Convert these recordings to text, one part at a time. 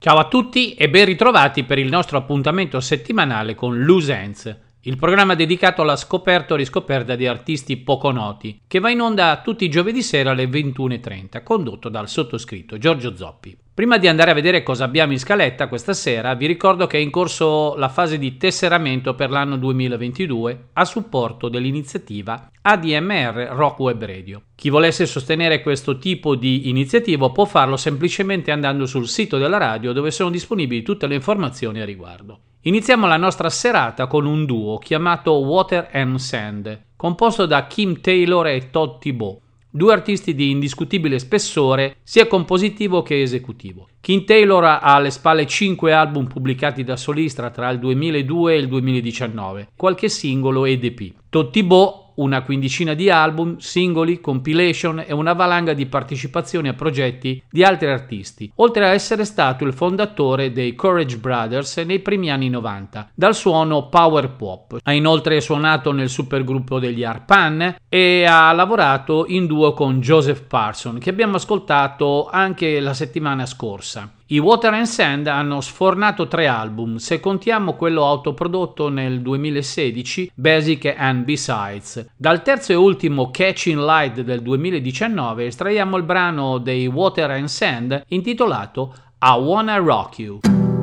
Ciao a tutti e ben ritrovati per il nostro appuntamento settimanale con Loose Ends, il programma dedicato alla scoperta o riscoperta di artisti poco noti, che va in onda tutti i giovedì sera alle 21:30, condotto dal sottoscritto Giorgio Zoppi. Prima di andare a vedere cosa abbiamo in scaletta questa sera, vi ricordo che è in corso la fase di tesseramento per l'anno 2022 a supporto dell'iniziativa ADMR Rock Web Radio. Chi volesse sostenere questo tipo di iniziativa può farlo semplicemente andando sul sito della radio, dove sono disponibili tutte le informazioni a riguardo. Iniziamo la nostra serata con un duo chiamato Water and Sand, composto da Kim Taylor e Todd Thibault, due artisti di indiscutibile spessore sia compositivo che esecutivo. Kim Taylor ha alle spalle 5 album pubblicati da solista tra il 2002 e il 2019, qualche singolo ed EP. Todd Thibault una quindicina di album, singoli, compilation e una valanga di partecipazioni a progetti di altri artisti, oltre a essere stato il fondatore dei Courage Brothers nei primi anni 90, dal suono power pop. Ha inoltre suonato nel supergruppo degli Arpan e ha lavorato in duo con Joseph Parson, che abbiamo ascoltato anche la settimana scorsa. I Water and Sand hanno sfornato 3 album, se contiamo quello autoprodotto nel 2016, Basic and Besides. Dal terzo e ultimo Catching Light del 2019 estraiamo il brano dei Water and Sand intitolato I Wanna Rock You.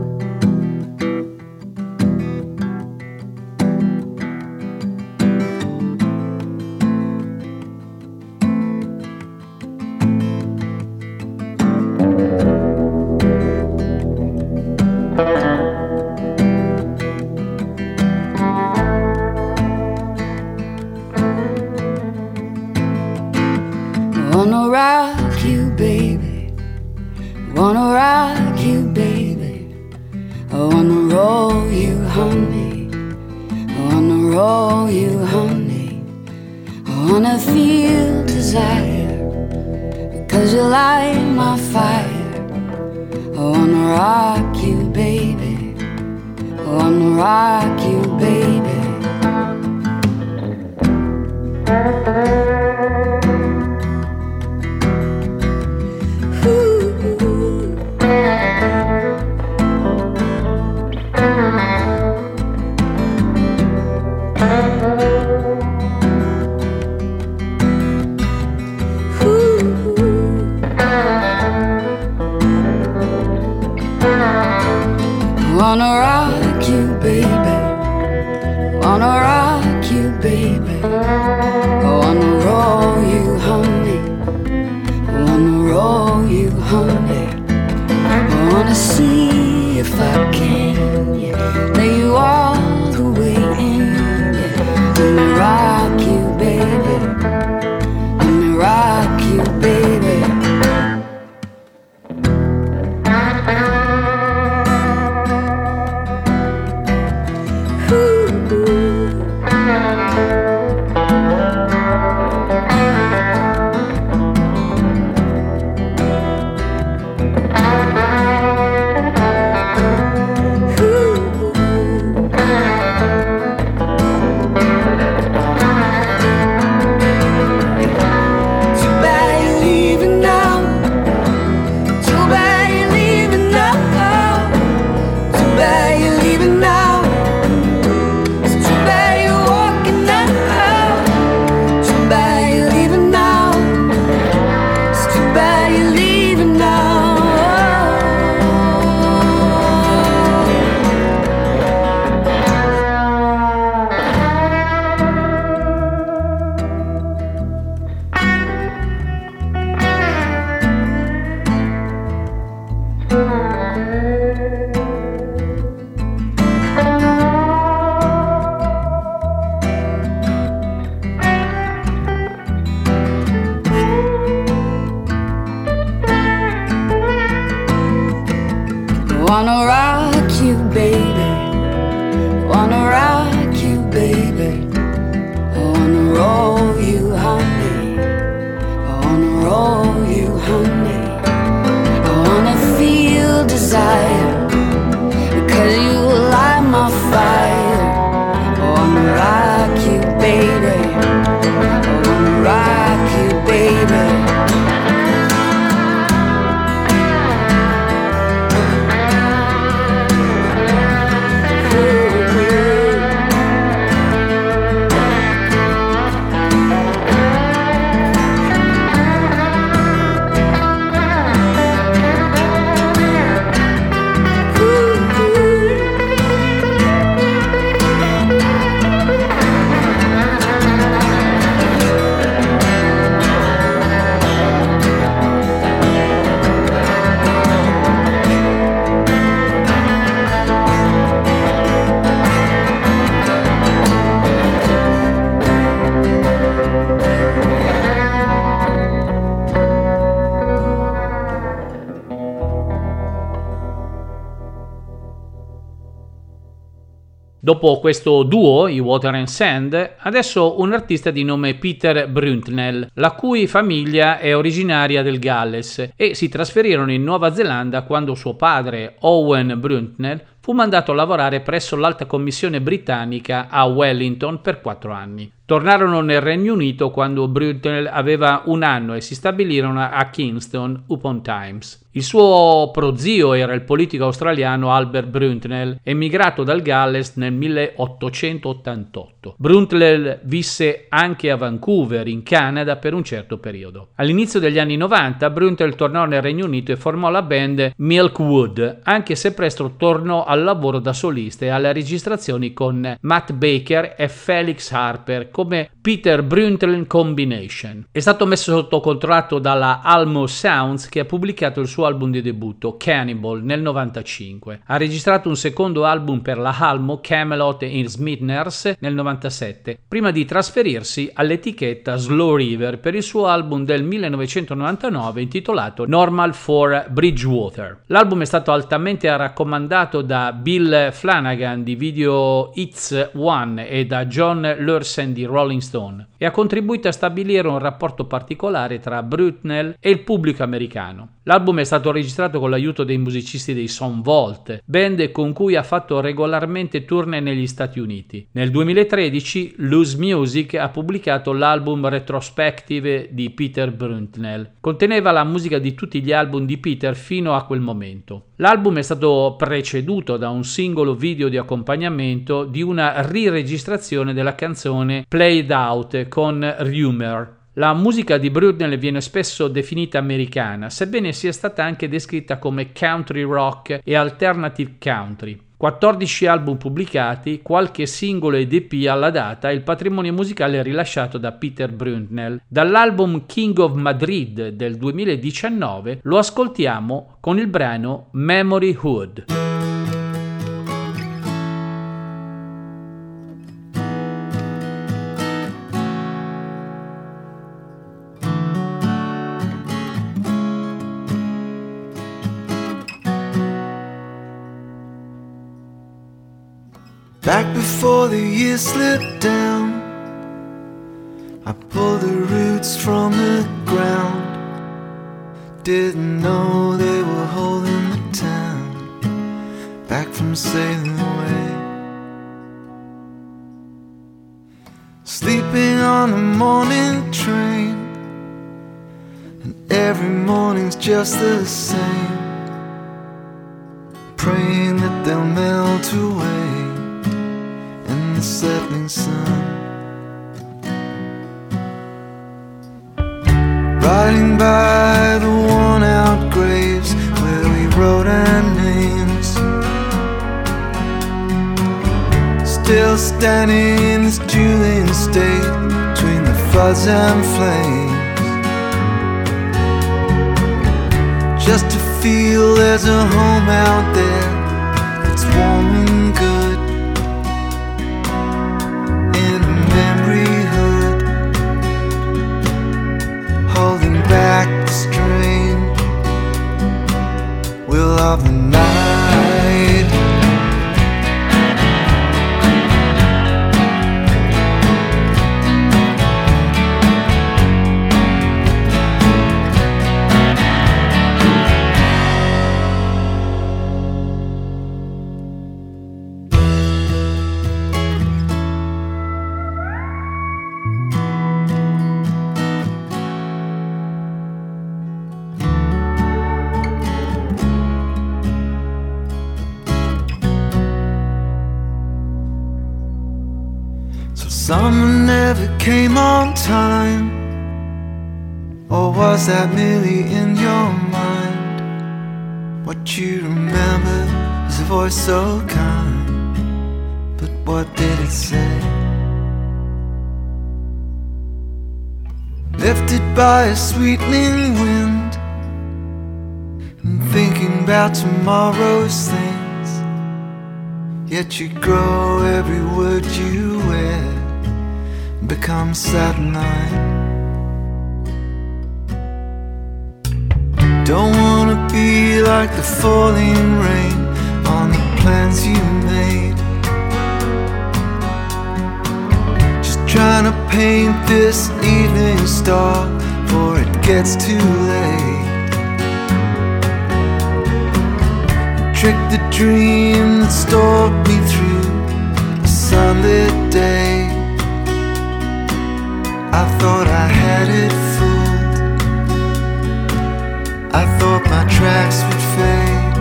Wanna rock you, baby. Wanna rock you, baby. I wanna roll you, honey. I wanna roll you, honey. I wanna feel desire because you light my fire. I wanna rock you, baby. I wanna rock you, baby. Wanna rock you, baby. Wanna rock you, baby. I wanna roll you, honey. I wanna roll you, honey. I wanna see if I can, yeah, lay you all the way in, yeah. Let me rock you, baby. Let me rock you, baby. Wanna rock you, baby. Wanna rock you, baby. I wanna roll you, honey. I wanna roll you, honey. I wanna feel desire because you light my fire. I wanna rock you, baby. I wanna rock you, baby. Dopo questo duo, i Water and Sand, adesso un artista di nome Peter Bruntnell, la cui famiglia è originaria del Galles e si trasferirono in Nuova Zelanda quando suo padre, Owen Bruntnell, fu mandato a lavorare presso l'Alta Commissione britannica a Wellington per 4 anni. Tornarono nel Regno Unito quando Bruntnell aveva 1 anno e si stabilirono a Kingston upon Thames. Il suo prozio era il politico australiano Albert Bruntnell, emigrato dal Galles nel 1888. Bruntnell visse anche a Vancouver, in Canada, per un certo periodo. All'inizio degli anni 90 Bruntnell tornò nel Regno Unito e formò la band Milkwood, anche se presto tornò al lavoro da solista e alle registrazioni con Matt Baker e Felix Harper come Peter Bruntnell Combination. È stato messo sotto contratto dalla Almo Sounds, che ha pubblicato il suo album di debutto Cannibal nel 95. Ha registrato un secondo album per la Almo, Camelot in Smithers, nel 97, prima di trasferirsi all'etichetta Slow River per il suo album del 1999 intitolato Normal for Bridgewater. L'album è stato altamente raccomandato da Bill Flanagan di Video Hits One e da John Lursen di Rolling Stone e ha contribuito a stabilire un rapporto particolare tra Bruntnell e il pubblico americano. L'album è stato registrato con l'aiuto dei musicisti dei Son Volt, band con cui ha fatto regolarmente tournée negli Stati Uniti. Nel 2013 Loose Music ha pubblicato l'album retrospective di Peter Bruntnell. Conteneva la musica di tutti gli album di Peter fino a quel momento. L'album è stato preceduto da un singolo video di accompagnamento di una riregistrazione della canzone Played Out con Rumour. La musica di Bruntnell viene spesso definita americana, sebbene sia stata anche descritta come country rock e alternative country. 14 album pubblicati, qualche singolo ed EP alla data, il patrimonio musicale rilasciato da Peter Bruntnell. Dall'album King of Madrid del 2019 lo ascoltiamo con il brano Memory Hood. Back before the years slipped down, I pulled the roots from the ground. Didn't know they were holding the town back from sailing away. Sleeping on the morning train, and every morning's just the same. Praying that they'll melt away in the setting sun. Riding by the worn-out graves where we wrote our names, still standing in this Julian state between the floods and flames, just to feel there's a home out there that's warm and good, in a memory hood, holding back the strange will of the night. Summer never came on time, or was that merely in your mind? What you remember is a voice so kind, but what did it say? Lifted by a sweetening wind, and thinking about tomorrow's things, yet you grow every word you wear, become satellite. Don't wanna be like the falling rain on the plans you made, trying to paint this evening star before it gets too late. Trick the dream that stalked me through a sunlit day. I thought I had it fooled. I thought my tracks would fade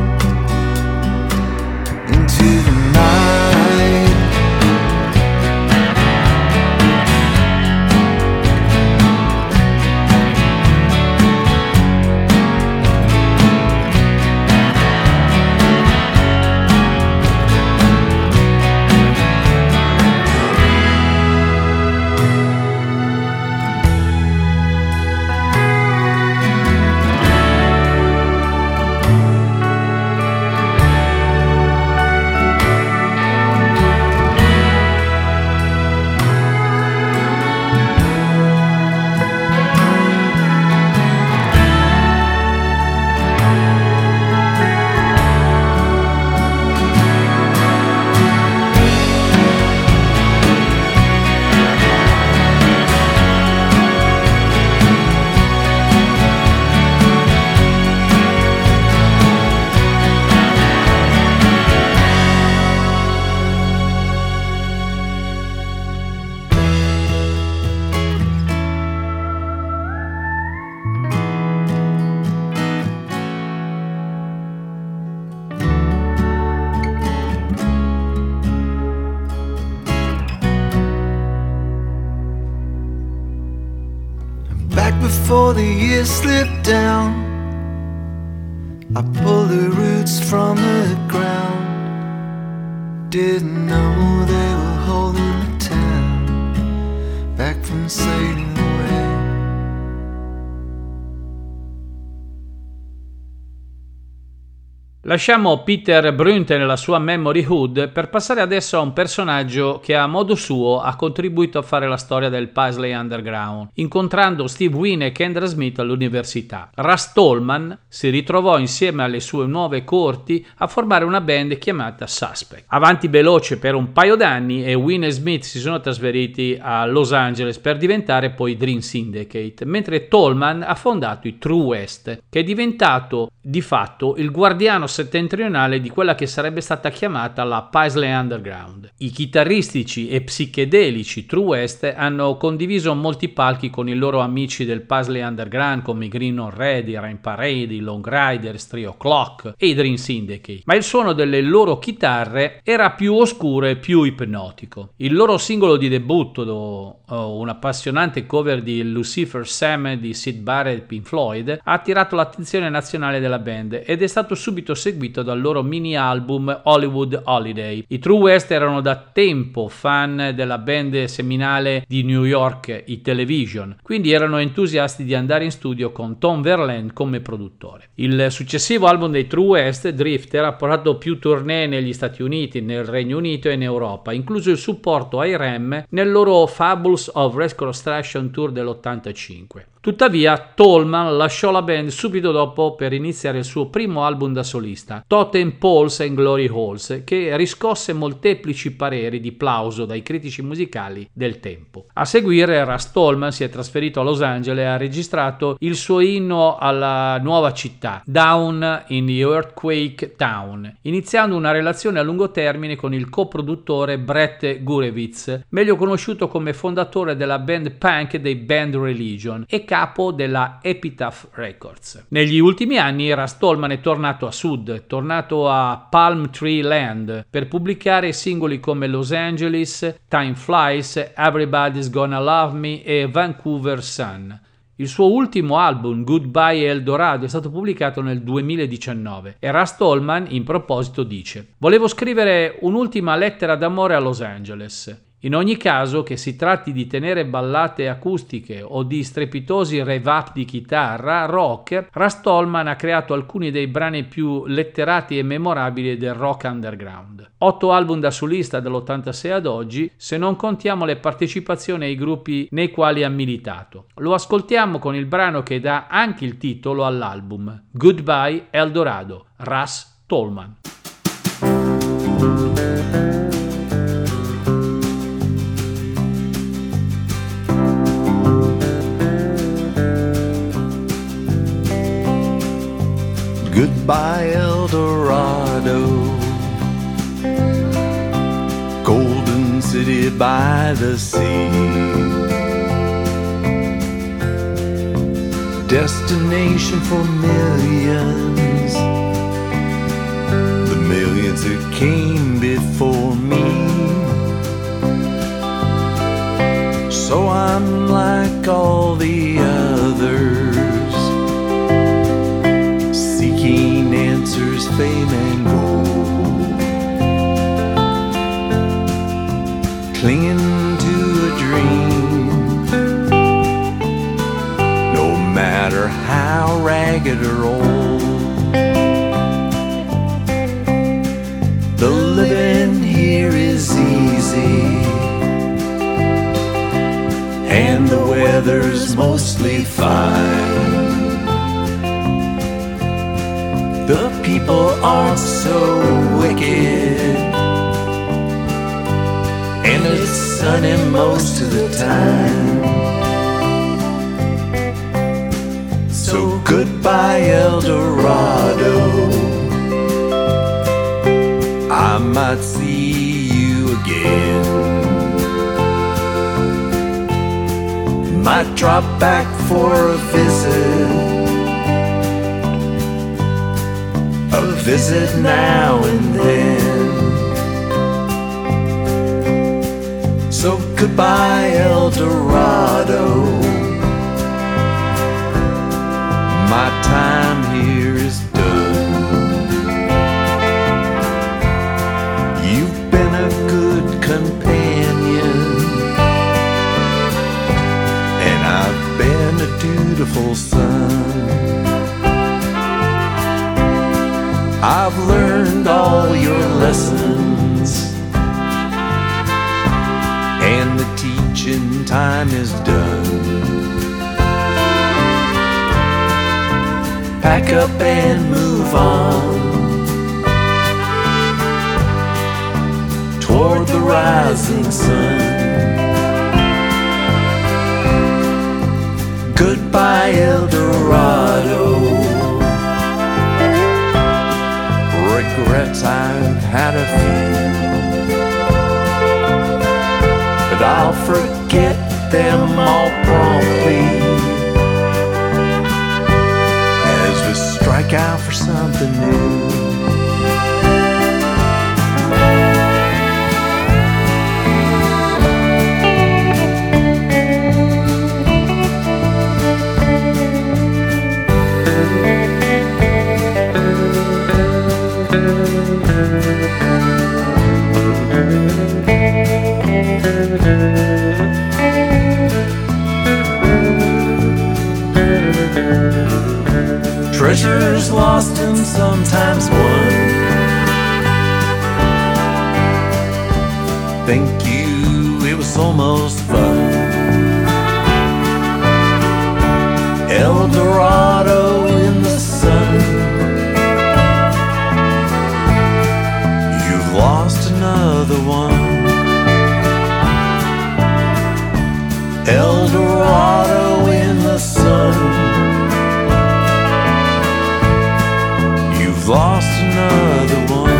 into the night. Before the years slipped down, I pulled the roots from the ground. Didn't know they were holding the town back from sailing away. Lasciamo Peter Brunte nella sua Memory Hood per passare adesso a un personaggio che a modo suo ha contribuito a fare la storia del Paisley Underground, incontrando Steve Wynn e Kendra Smith all'università. Russ Tolman si ritrovò insieme alle sue nuove corti a formare una band chiamata Suspect. Avanti veloce per un paio d'anni, e Wynn e Smith si sono trasferiti a Los Angeles per diventare poi Dream Syndicate, mentre Tolman ha fondato i True West, che è diventato di fatto il guardiano settentrionale di quella che sarebbe stata chiamata la Paisley Underground. I chitarristici e psichedelici True West hanno condiviso molti palchi con i loro amici del Paisley Underground come i Green on Red, i Rain Parade, i Long Riders, 3 O'Clock e i Dream Syndicate, ma il suono delle loro chitarre era più oscuro e più ipnotico. Il loro singolo di debutto, un'appassionante cover di Lucifer Sam di Syd Barrett e Pink Floyd, ha attirato l'attenzione nazionale della band ed è stato subito seguito dal loro mini album Hollywood Holiday. I True West erano da tempo fan della band seminale di New York, i Television, quindi erano entusiasti di andare in studio con Tom Verlaine come produttore. Il successivo album dei True West, Drifter, ha portato più tournée negli Stati Uniti, nel Regno Unito e in Europa, incluso il supporto ai Rem nel loro Fables of Reconstruction Tour dell'85. Tuttavia, Tolman lasciò la band subito dopo per iniziare il suo primo album da solista, Totem Poles and Glory Holes, che riscosse molteplici pareri di plauso dai critici musicali del tempo. A seguire, Russ Tolman si è trasferito a Los Angeles e ha registrato il suo inno alla nuova città, Down in the Earthquake Town, iniziando una relazione a lungo termine con il coproduttore Brett Gurewitz, meglio conosciuto come fondatore della band punk dei Bad Religion e capo della Epitaph Records. Negli ultimi anni Russ Tolman è tornato a sud, tornato a Palm Tree Land per pubblicare singoli come Los Angeles, Time Flies, Everybody's Gonna Love Me e Vancouver Sun. Il suo ultimo album, Goodbye Eldorado, è stato pubblicato nel 2019 e Russ Tolman in proposito dice: «Volevo scrivere un'ultima lettera d'amore a Los Angeles. In ogni caso, che si tratti di tenere ballate acustiche o di strepitosi rev-up di chitarra rock, Russ Tolman ha creato alcuni dei brani più letterati e memorabili del rock underground. 8 album da solista dall'86 ad oggi, se non contiamo le partecipazioni ai gruppi nei quali ha militato. Lo ascoltiamo con il brano che dà anche il titolo all'album, Goodbye Eldorado, Russ Tolman. I Goodbye, El Dorado, golden city by the sea, destination for millions, the millions who came before me. So I'm like all the others, seeking answers, fame and gold, clinging to a dream, no matter how ragged or old. The living here is easy, and the weather's mostly fine. The people aren't so wicked, and it's sunny most of the time. So goodbye, El Dorado, I might see you again. Might drop back for a visit now and then. So goodbye, El Dorado, my time here is done. You've been a good companion, and I've been a dutiful son. I've learned all your lessons, and the teaching time is done. Pack up and move on toward the rising sun. Goodbye, El Dorado, regrets I've had a few, but I'll forget them all promptly as we strike out for something new. Treasures lost and sometimes won. Thank you, it was almost fun. El Dorado in the sun, you've lost another one. El Dorado in the sun, you've lost another one.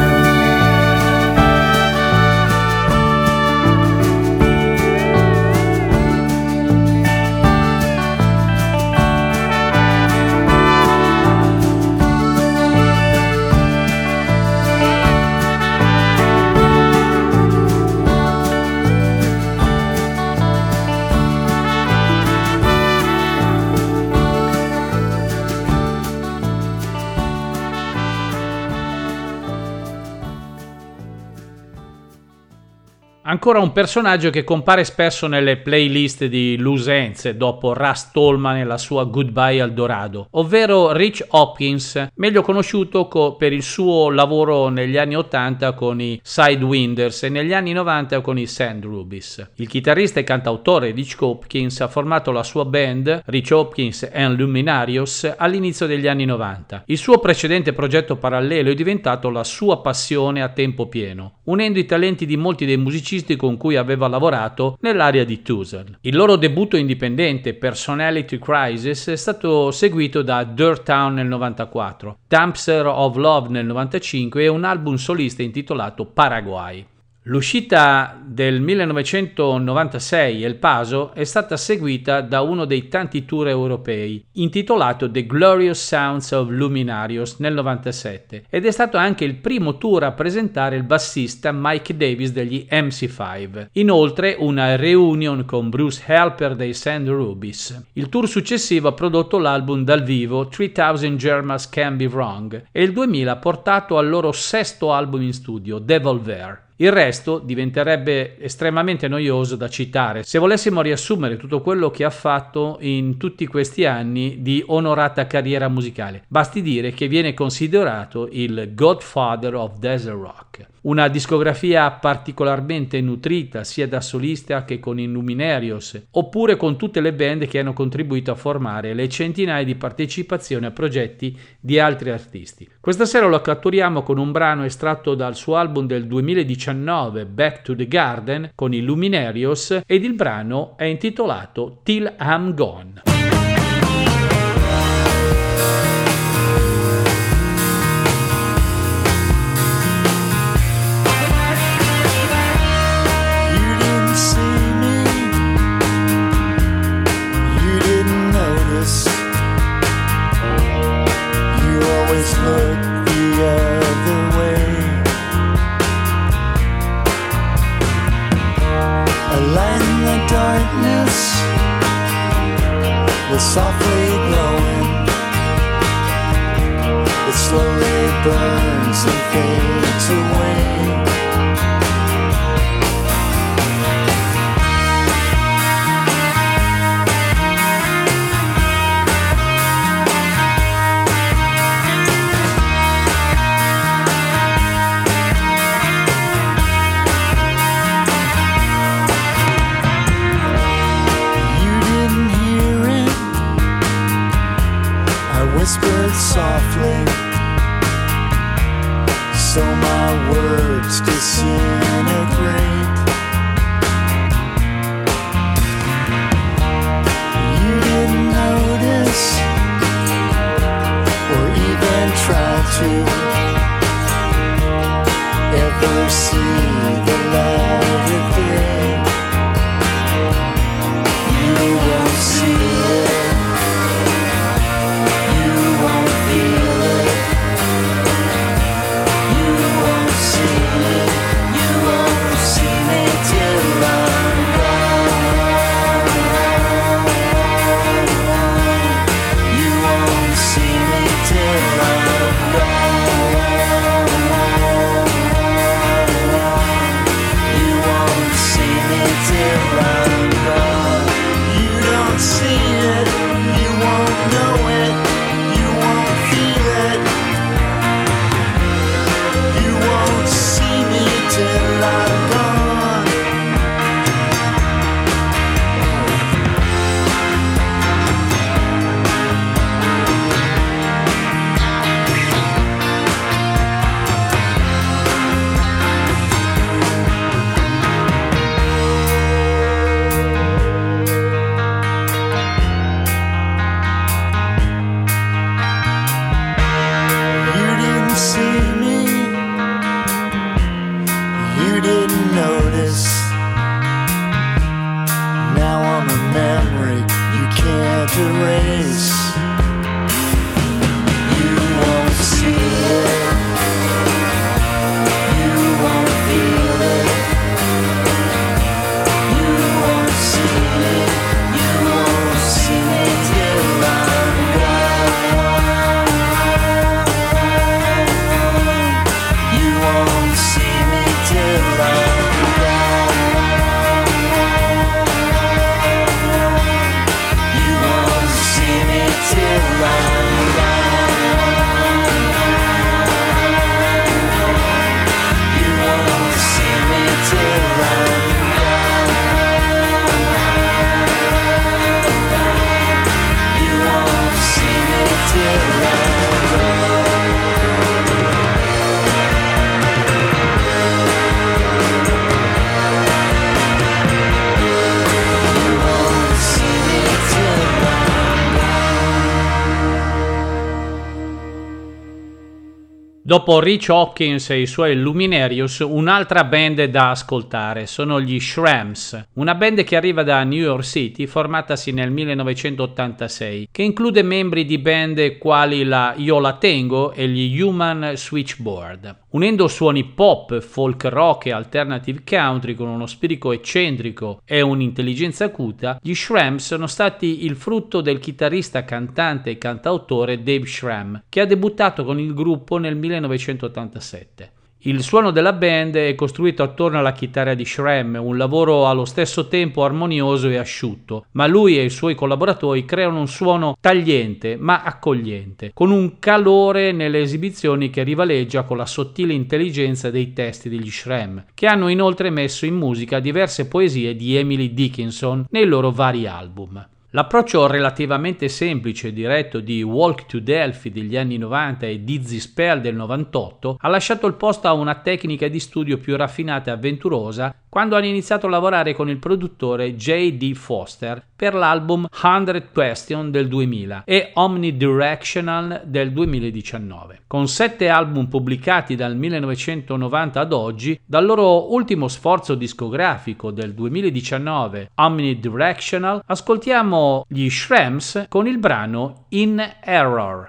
Ancora un personaggio che compare spesso nelle playlist di Loose Ends dopo Russ Tolman e la sua Goodbye El Dorado, ovvero Rich Hopkins, meglio conosciuto per il suo lavoro negli anni 80 con i Sidewinders e negli anni 90 con i Sand Rubies. Il chitarrista e cantautore Rich Hopkins ha formato la sua band Rich Hopkins and Luminarios all'inizio degli anni 90. Il suo precedente progetto parallelo è diventato la sua passione a tempo pieno. unendo i talenti di molti dei musicisti con cui aveva lavorato nell'area di Tucson. Il loro debutto indipendente, Personality Crisis, è stato seguito da Dirt Town nel 94, Dumpster of Love nel 95 e un album solista intitolato Paraguay. L'uscita del 1996, El Paso, è stata seguita da uno dei tanti tour europei, intitolato The Glorious Sounds of Luminarios nel 97, ed è stato anche il primo tour a presentare il bassista Mike Davis degli MC5. Inoltre una reunion con Bruce Helper dei Sand Rubies. Il tour successivo ha prodotto l'album dal vivo 3000 Germans Can Be Wrong e il 2000 ha portato al loro sesto album in studio, Devolver. Il resto diventerebbe estremamente noioso da citare se volessimo riassumere tutto quello che ha fatto in tutti questi anni di onorata carriera musicale. Basti dire che viene considerato il Godfather of Desert Rock. Una discografia particolarmente nutrita sia da solista che con i Luminarios, oppure con tutte le band che hanno contribuito a formare le centinaia di partecipazioni a progetti di altri artisti. Questa sera lo catturiamo con un brano estratto dal suo album del 2019, Back to the Garden, con i Luminarios, ed il brano è intitolato Till I'm Gone. Look the other way. A light in the darkness was softly glowing. It slowly burns and fades away. Whispered softly, so my words disintegrate. You didn't notice, or even try to ever see the light of day. You won't see it. Till Dopo Rich Hawkins e i suoi Luminarius, un'altra band da ascoltare sono gli Shramps, una band che arriva da New York City, formatasi nel 1986, che include membri di band quali la Io La Tengo e gli Human Switchboard. Unendo suoni pop, folk rock e alternative country con uno spirito eccentrico e un'intelligenza acuta, gli Shramps sono stati il frutto del chitarrista, cantante e cantautore Dave Schramm, che ha debuttato con il gruppo nel 1987. Il suono della band è costruito attorno alla chitarra di Schramm, un lavoro allo stesso tempo armonioso e asciutto, ma lui e i suoi collaboratori creano un suono tagliente ma accogliente, con un calore nelle esibizioni che rivaleggia con la sottile intelligenza dei testi degli Schramm, che hanno inoltre messo in musica diverse poesie di Emily Dickinson nei loro vari album. L'approccio relativamente semplice e diretto di Walk to Delphi degli anni 90 e Dizzy Spell del 98 ha lasciato il posto a una tecnica di studio più raffinata e avventurosa quando hanno iniziato a lavorare con il produttore J.D. Foster per l'album 100 Question del 2000 e Omnidirectional del 2019. Con 7 album pubblicati dal 1990 ad oggi, dal loro ultimo sforzo discografico del 2019, Omnidirectional, ascoltiamo gli Shramps con il brano In Error.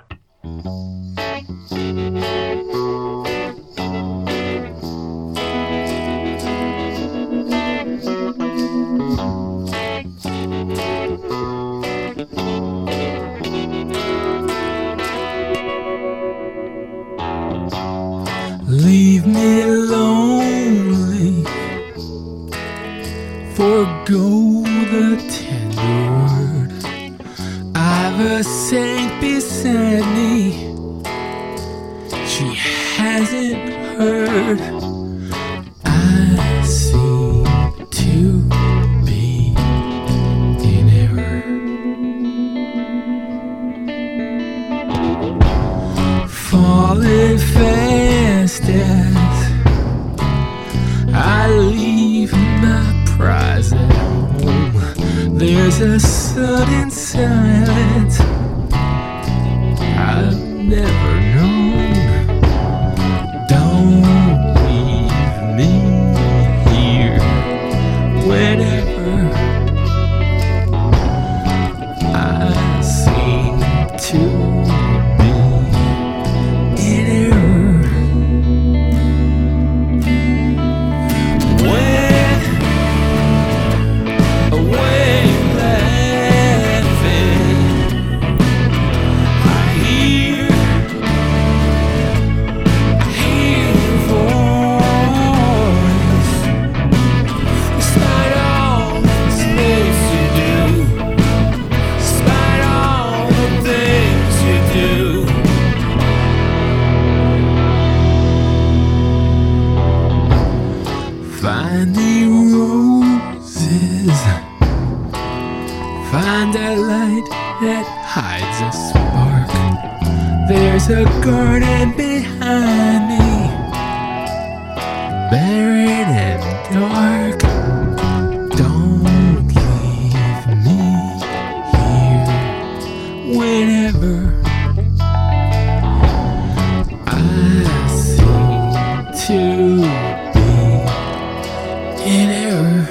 Leave me lonely, forgo the tender word. I've a saint beside me, she hasn't heard. I seem to be in error. Falling fast as I leave my prize at home, there's a sudden silence I've never known. Don't leave me here whenever I seem to there's a garden behind me, barren and dark. Don't leave me here whenever I seem to be in error.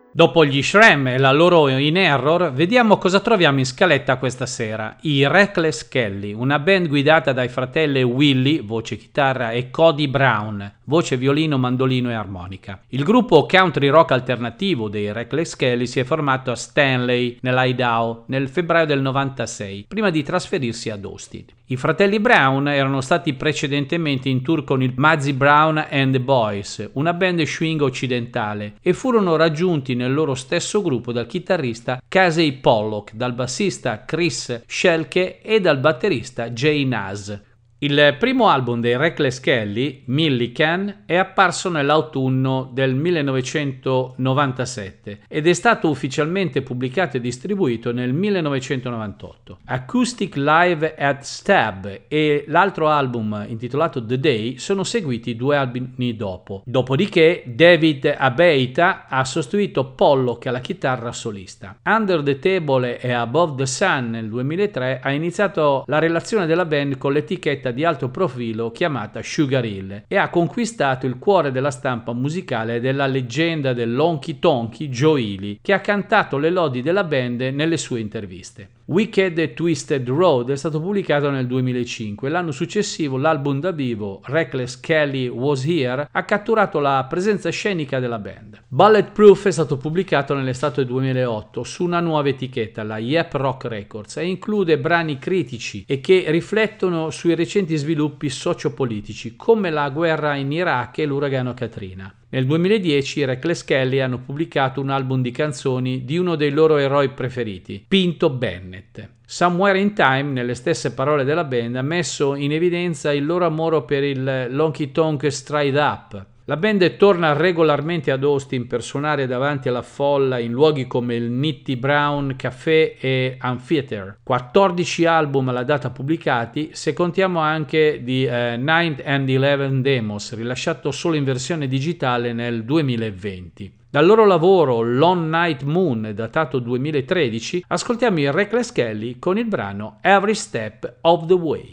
Dopo gli Shram e la loro In Error, vediamo cosa troviamo in scaletta questa sera. I Reckless Kelly, una band guidata dai fratelli Willie, voce chitarra, e Cody Brown, voce violino, mandolino e armonica. Il gruppo country rock alternativo dei Reckless Kelly si è formato a Stanley, nell'Idaho, nel febbraio del 96, prima di trasferirsi ad Austin. I fratelli Brown erano stati precedentemente in tour con il Muzzy Brown and the Boys, una band swing occidentale, e furono raggiunti nel loro stesso gruppo dal chitarrista Casey Pollock, dal bassista Chris Schelke e dal batterista Jay Nas. Il primo album dei Reckless Kelly, Millican, è apparso nell'autunno del 1997 ed è stato ufficialmente pubblicato e distribuito nel 1998. Acoustic Live at Stab e l'altro album intitolato The Day sono seguiti 2 anni dopo. Dopodiché David Abeita ha sostituito Pollock alla chitarra solista. Under the Table e Above the Sun nel 2003 ha iniziato la relazione della band con l'etichetta di alto profilo chiamata Sugar Hill e ha conquistato il cuore della stampa musicale della leggenda dell'honky tonky Joe Ely, che ha cantato le lodi della band nelle sue interviste. Wicked Twisted Road è stato pubblicato nel 2005. L'anno successivo l'album da vivo Reckless Kelly Was Here ha catturato la presenza scenica della band. Bulletproof è stato pubblicato nell'estate 2008 su una nuova etichetta, la Yep Rock Records, e include brani critici e che riflettono sui recenti sviluppi sociopolitici come la guerra in Iraq e l'uragano Katrina. Nel 2010 i Reckless Kelly hanno pubblicato un album di canzoni di uno dei loro eroi preferiti, Pinto Bennett. Somewhere in Time, nelle stesse parole della band, ha messo in evidenza il loro amore per il Honky Tonk Straight Up. La band torna regolarmente ad Austin per suonare davanti alla folla in luoghi come il Nitty Brown Café e Amphitheater. 14 album alla data pubblicati, se contiamo anche di 9th and 11 Demos, rilasciato solo in versione digitale nel 2020. Dal loro lavoro Long Night Moon, datato 2013, ascoltiamo i Reckless Kelly con il brano Every Step of the Way.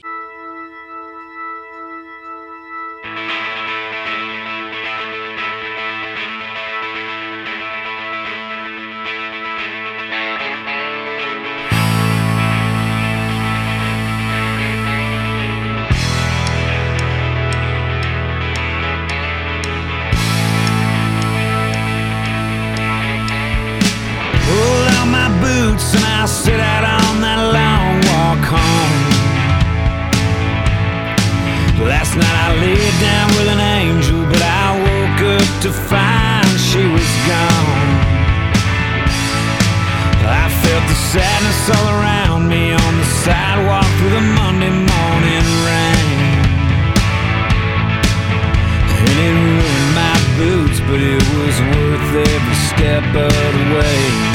And I set out on that long walk home. Last night I laid down with an angel, but I woke up to find she was gone. I felt the sadness all around me on the sidewalk through the Monday morning rain. And it ruined my boots, but it was worth every step of the way.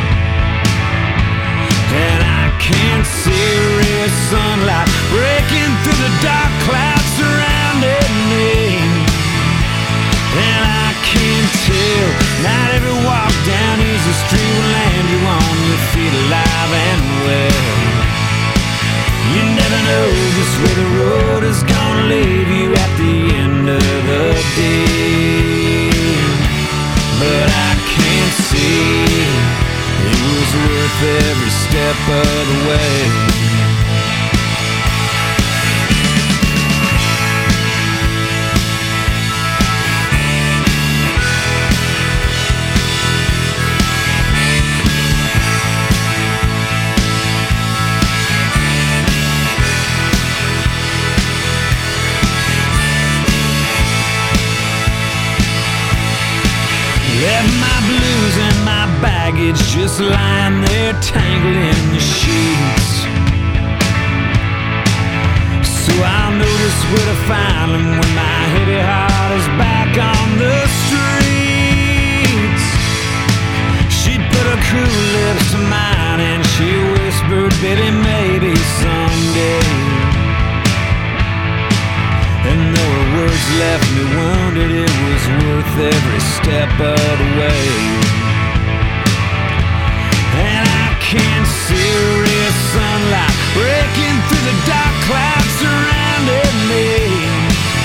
And I can't see red sunlight breaking through the dark clouds surrounding me. And I can't tell, not every walk down easy street will land you on your feet alive and well. You never know just where the road is gonna leave you at the end of the day. But I can't see it was worth every step of the way. Left my blues and my baggage just lying there tangled in the sheets. So I'll notice where to find them when my heavy heart is back on the streets. She put her cool lips to mine and she whispered, baby, maybe someday. And though her words left me wounded, it was worth every step of the way. And I can't see red sunlight breaking through the dark clouds surrounding me.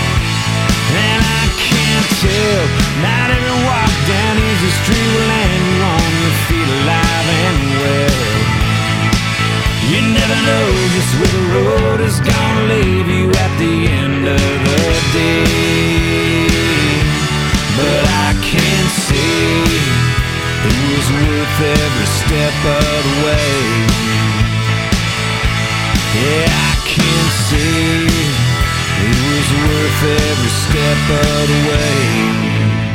And I can't tell, not every walk down easy street will land can't see it was worth every step of the way. Yeah, I can't see it was worth every step of the way.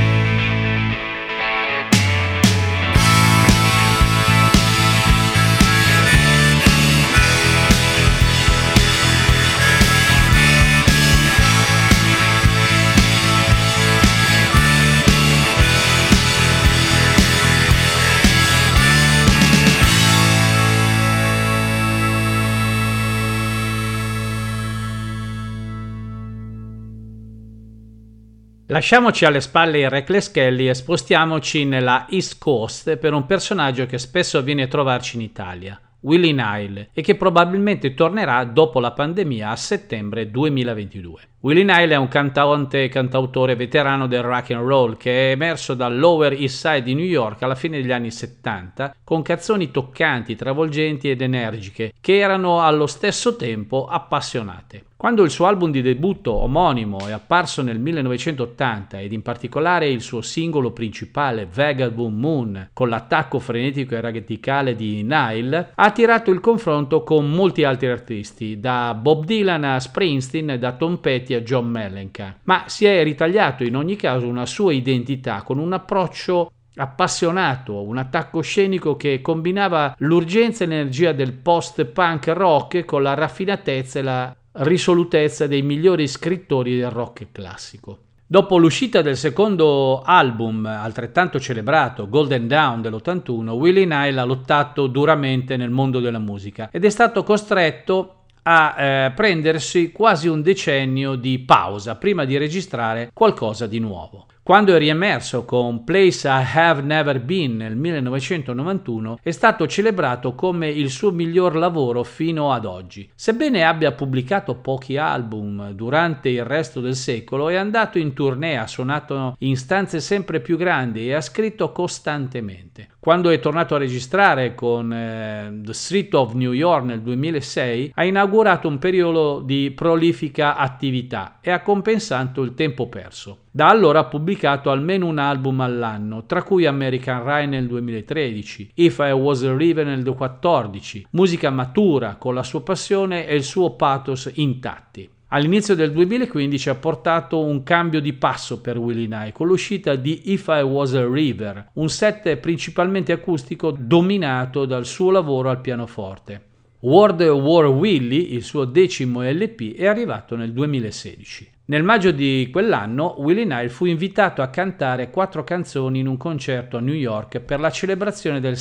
Lasciamoci alle spalle i Reckless Kelly e spostiamoci nella East Coast per un personaggio che spesso viene a trovarci in Italia, Willie Nile, e che probabilmente tornerà dopo la pandemia a settembre 2022. Willie Nile è un cantante e cantautore veterano del rock and roll che è emerso dal Lower East Side di New York alla fine degli anni 70 con canzoni toccanti, travolgenti ed energiche che erano allo stesso tempo appassionate. Quando il suo album di debutto omonimo è apparso nel 1980 ed in particolare il suo singolo principale Vagabond Moon con l'attacco frenetico e radicale di Nile ha attirato il confronto con molti altri artisti, da Bob Dylan a Springsteen, da Tom Petty a John Mellencamp, ma si è ritagliato in ogni caso una sua identità con un approccio appassionato, un attacco scenico che combinava l'urgenza e l'energia del post-punk rock con la raffinatezza e la risolutezza dei migliori scrittori del rock classico. Dopo l'uscita del secondo album, altrettanto celebrato, Golden Dawn dell'81, Willie Nile ha lottato duramente nel mondo della musica ed è stato costretto a prendersi quasi un decennio di pausa prima di registrare qualcosa di nuovo. Quando è riemerso con Place I Have Never Been nel 1991 è stato celebrato come il suo miglior lavoro fino ad oggi. Sebbene abbia pubblicato pochi album durante il resto del secolo, è andato in tournée, ha suonato in stanze sempre più grandi e ha scritto costantemente. Quando è tornato a registrare con The Street of New York nel 2006 ha inaugurato un periodo di prolifica attività e ha compensato il tempo perso. Da allora ha pubblicato almeno un album all'anno, tra cui American Rye nel 2013, If I Was a River nel 2014, musica matura con la sua passione e il suo pathos intatti. All'inizio del 2015 ha portato un cambio di passo per Willie Nile con l'uscita di If I Was a River, un set principalmente acustico dominato dal suo lavoro al pianoforte. World War Willie, il suo 10° LP, è arrivato nel 2016. Nel maggio di quell'anno Willie Nile fu invitato a cantare 4 canzoni in un concerto a New York per la celebrazione del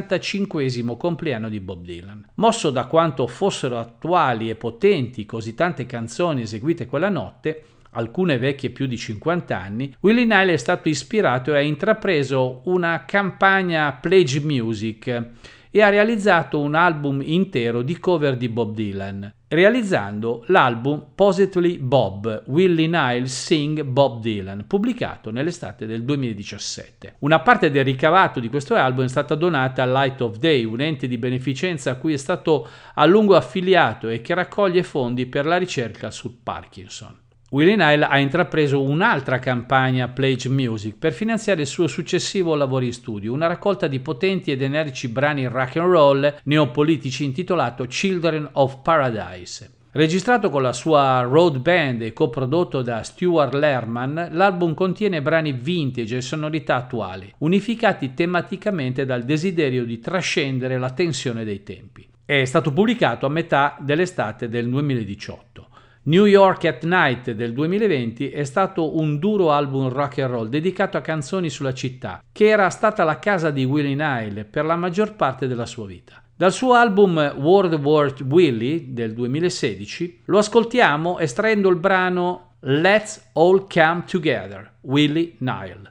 75° compleanno di Bob Dylan. Mosso da quanto fossero attuali e potenti così tante canzoni eseguite quella notte, alcune vecchie più di 50 anni, Willie Nile è stato ispirato e ha intrapreso una campagna Pledge Music e ha realizzato un album intero di cover di Bob Dylan, realizzando l'album Positively Bob, Willie Nile Sing Bob Dylan, pubblicato nell'estate del 2017. Una parte del ricavato di questo album è stata donata a Light of Day, un ente di beneficenza a cui è stato a lungo affiliato e che raccoglie fondi per la ricerca sul Parkinson. Willie Nile ha intrapreso un'altra campagna Pledge Music per finanziare il suo successivo lavoro in studio, una raccolta di potenti ed energici brani rock and roll neopolitici intitolato Children of Paradise. Registrato con la sua road band e coprodotto da Stuart Lerman, l'album contiene brani vintage e sonorità attuali, unificati tematicamente dal desiderio di trascendere la tensione dei tempi. È stato pubblicato a metà dell'estate del 2018. New York at Night del 2020 è stato un duro album rock and roll dedicato a canzoni sulla città, che era stata la casa di Willie Nile per la maggior parte della sua vita. Dal suo album World War Willie del 2016 lo ascoltiamo estraendo il brano Let's All Come Together, Willie Nile.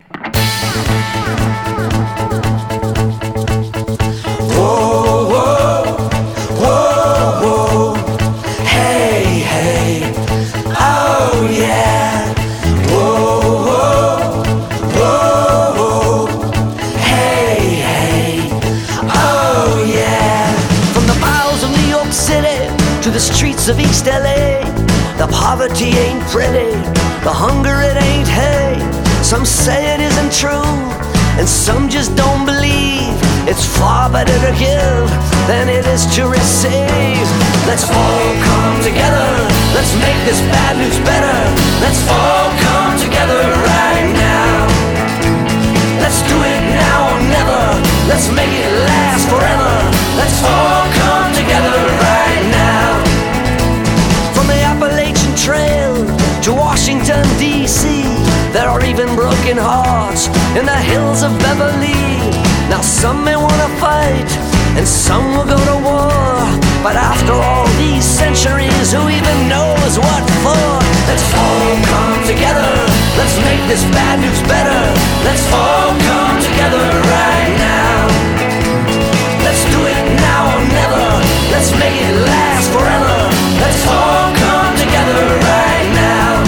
Whoa, whoa, whoa, whoa. Hey, hey, oh yeah. Whoa, whoa, whoa, whoa. Hey, hey, oh yeah. From the bowels of New York City to the streets of East LA, the poverty ain't pretty, the hunger it ain't hay. Some say it isn't true, and some just don't believe. It's far better to give than it is to receive. Let's all come together, let's make this bad news better. Let's all come together right now. Let's do it now or never, let's make it last forever. Let's all come together right now. From the Appalachian Trail to Washington, D.C., there are even broken hearts in the hills of Beverly. Now some may wanna fight, and some will go to war, but after all these centuries, who even knows what for? Let's all come together, let's make this bad news better. Let's all come together right now. Let's do it now or never, let's make it last forever. Let's all come together right now.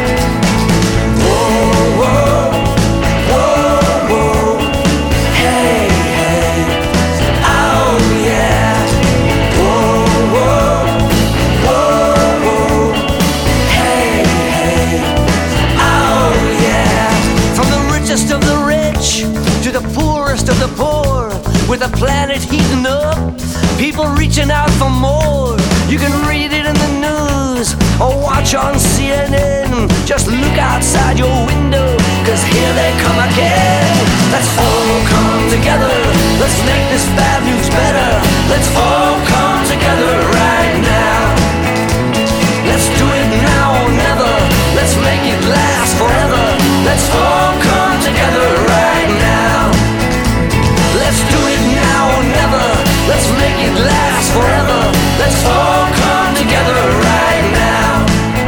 Whoa, whoa, whoa, whoa. Hey, hey, oh yeah. Whoa, whoa, whoa, whoa. Hey, hey, oh yeah. From the richest of the rich to the poorest of the poor, with the planet heating up, people reaching out for more. You can read it in the news or watch on CNN. Just look outside your window, 'cause here they come again. Let's all come together, let's make this bad news better. Let's all come together right now. Let's do it now or never, let's make it last forever. Let's all come together right now. Let's do it now or never, let's make it last forever. Let's all come together right now.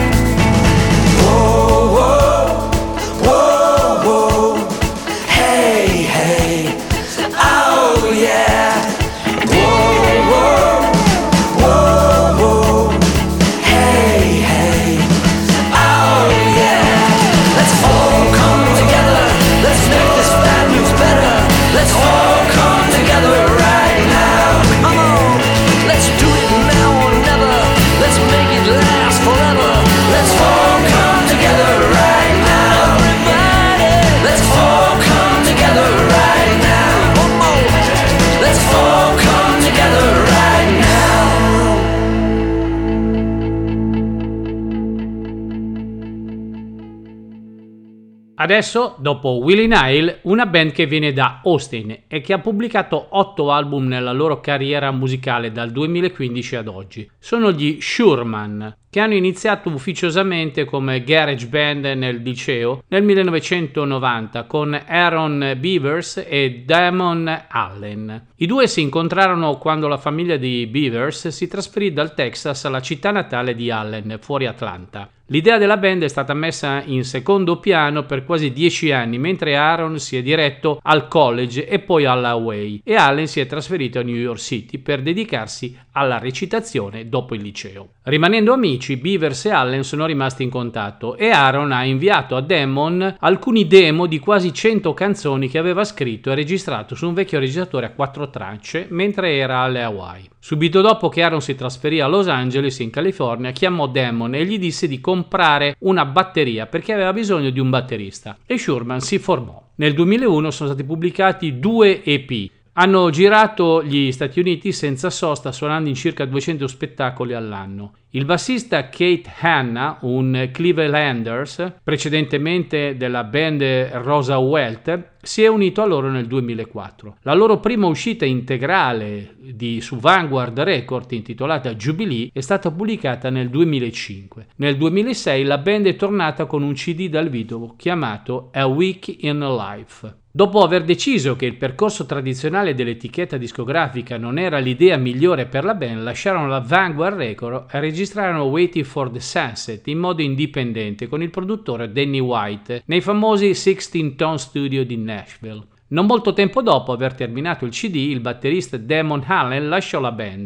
Whoa, whoa, whoa, whoa. Hey, hey, oh yeah. Whoa, whoa, whoa, whoa. Hey, hey, oh yeah. Let's all come together, let's make this bad news better. Let's all come together right now. Come on, let's do it now or never. Let's make it last forever. Let's all come together right now. Everybody, let's all come together right now. One more. Let's all come together right now. Adesso, dopo Willie Nile, una band che viene da Austin e che ha pubblicato 8 album nella loro carriera musicale dal 2015 ad oggi. Sono gli Sureman, che hanno iniziato ufficiosamente come garage band nel liceo nel 1990 con Aaron Beavers e Damon Allen. I due si incontrarono quando la famiglia di Beavers si trasferì dal Texas alla città natale di Allen, fuori Atlanta. L'idea della band è stata messa in secondo piano per quasi 10 anni, mentre Aaron si è diretto al college e poi alla Hawaii, e Allen si è trasferito a New York City per dedicarsi alla recitazione dopo il liceo. Rimanendo amici, Beavers e Allen sono rimasti in contatto e Aaron ha inviato a Damon alcuni demo di quasi 100 canzoni che aveva scritto e registrato su un vecchio registratore a 4 tracce mentre era alle Hawaii. Subito dopo che Aaron si trasferì a Los Angeles, in California, chiamò Damon e gli disse di comprare una batteria perché aveva bisogno di un batterista, e Sureman si formò. Nel 2001 sono stati pubblicati 2 EP. Hanno girato gli Stati Uniti senza sosta, suonando in circa 200 spettacoli all'anno. Il bassista Kate Hanna, un Clevelanders, precedentemente della band Rosa Welt, si è unito a loro nel 2004. La loro prima uscita integrale su Vanguard Records, intitolata Jubilee, è stata pubblicata nel 2005. Nel 2006 la band è tornata con un CD dal vivo chiamato A Week in a Life. Dopo aver deciso che il percorso tradizionale dell'etichetta discografica non era l'idea migliore per la band, lasciarono la Vanguard Records e registrarono Waiting for the Sunset in modo indipendente con il produttore Danny White nei famosi 16 Tone Studio di Nashville. Non molto tempo dopo aver terminato il CD, il batterista Damon Allen lasciò la band.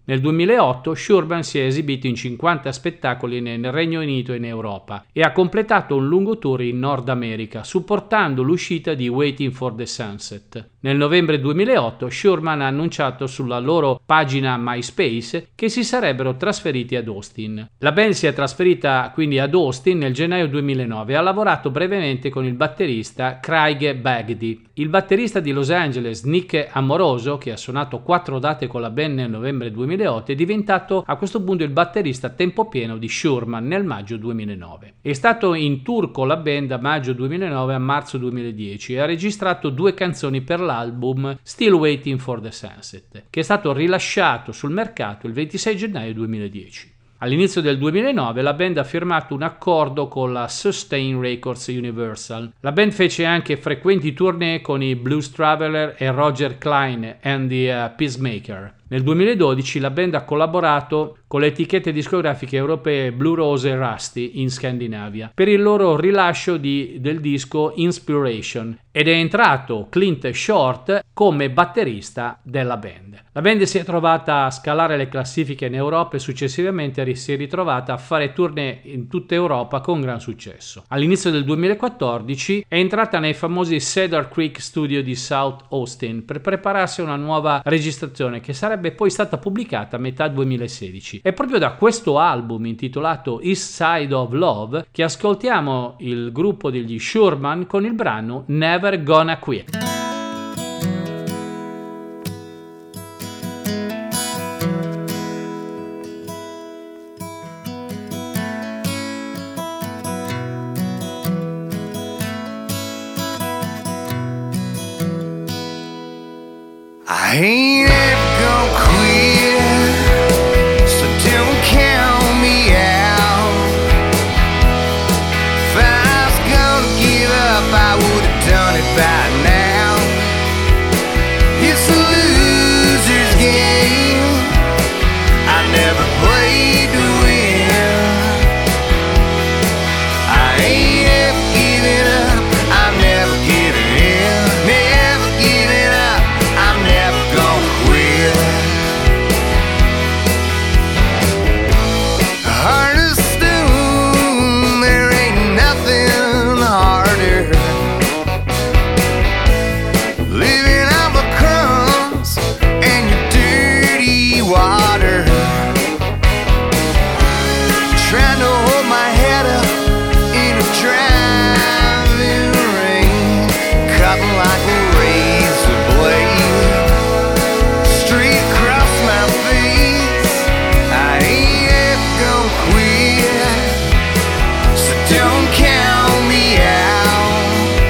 Nel 2008 Shurman si è esibito in 50 spettacoli nel Regno Unito e in Europa e ha completato un lungo tour in Nord America, supportando l'uscita di Waiting for the Sunset. Nel novembre 2008 Shurman ha annunciato sulla loro pagina MySpace che si sarebbero trasferiti ad Austin. La band si è trasferita quindi ad Austin nel gennaio 2009 e ha lavorato brevemente con il batterista Craig Bagdy. Il batterista di Los Angeles Nick Amoroso, che ha suonato 4 date con la band nel novembre 2008, è diventato a questo punto il batterista a tempo pieno di Shurman nel maggio 2009. È stato in tour con la band da maggio 2009 a marzo 2010 e ha registrato 2 canzoni per l'album Still Waiting for the Sunset, che è stato rilasciato sul mercato il 26 gennaio 2010. All'inizio del 2009 la band ha firmato un accordo con la Sustain Records Universal. La band fece anche frequenti tournée con i Blues Traveler e Roger Klein and the Peacemaker. Nel 2012 la band ha collaborato con le etichette discografiche europee Blue Rose e Rusty in Scandinavia per il loro rilascio del disco Inspiration ed è entrato Clint Short come batterista della band. La band si è trovata a scalare le classifiche in Europa e successivamente si è ritrovata a fare tournée in tutta Europa con gran successo. All'inizio del 2014 è entrata nei famosi Cedar Creek Studio di South Austin per prepararsi a una nuova registrazione che sarebbe poi stata pubblicata a metà 2016. È proprio da questo album intitolato East Side of Love che ascoltiamo il gruppo degli Shurman con il brano Never Gonna Quit. I ain't ever gonna quit, so don't count me out. If I was gonna give up, I would've done it by now. It's a loser's game, I never played to win. I ain't ever giving up, I'm never giving in. Never giving up, I'm never gonna quit. Heart of stone, there ain't nothing harder. Living on the crumbs and your dirty water. Trying to hold my head up in a driving rain, cutting like a razor blade straight across my face. I ain't ever gonna quit, so don't count me out.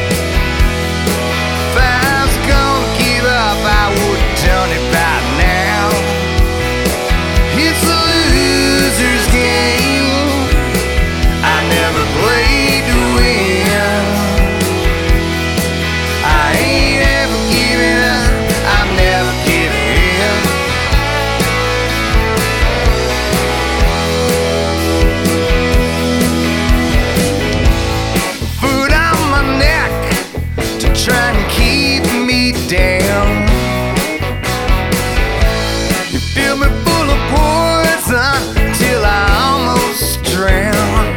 If I was gonna give up, I would've done it by now. It's a loser's game, I never played to win. I ain't ever giving up, I'm never giving in. Foot on my neck to try and keep me down. You fill me full of poison till I almost drown.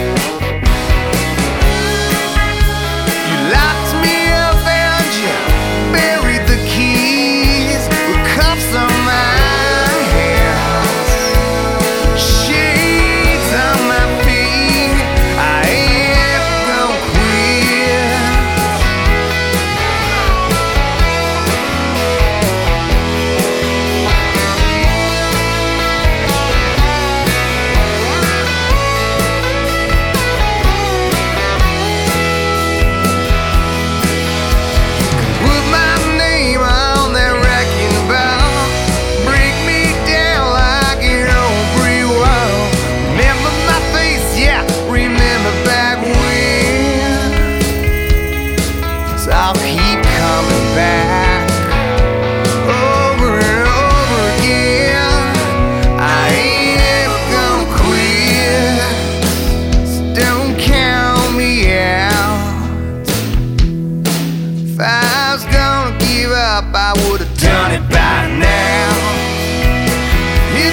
You locked me up and you buried the keys with cuffs on my hands, shades on my feet. I ain't ever gonna quit. Put my name on that wrecking ball, break me down like an old free wall. Remember my face, yeah, remember back when. 'Cause I'll keep coming back over and over again. I ain't ever gonna quit, so don't count me out. If I was gonna give up, I would've done it by now.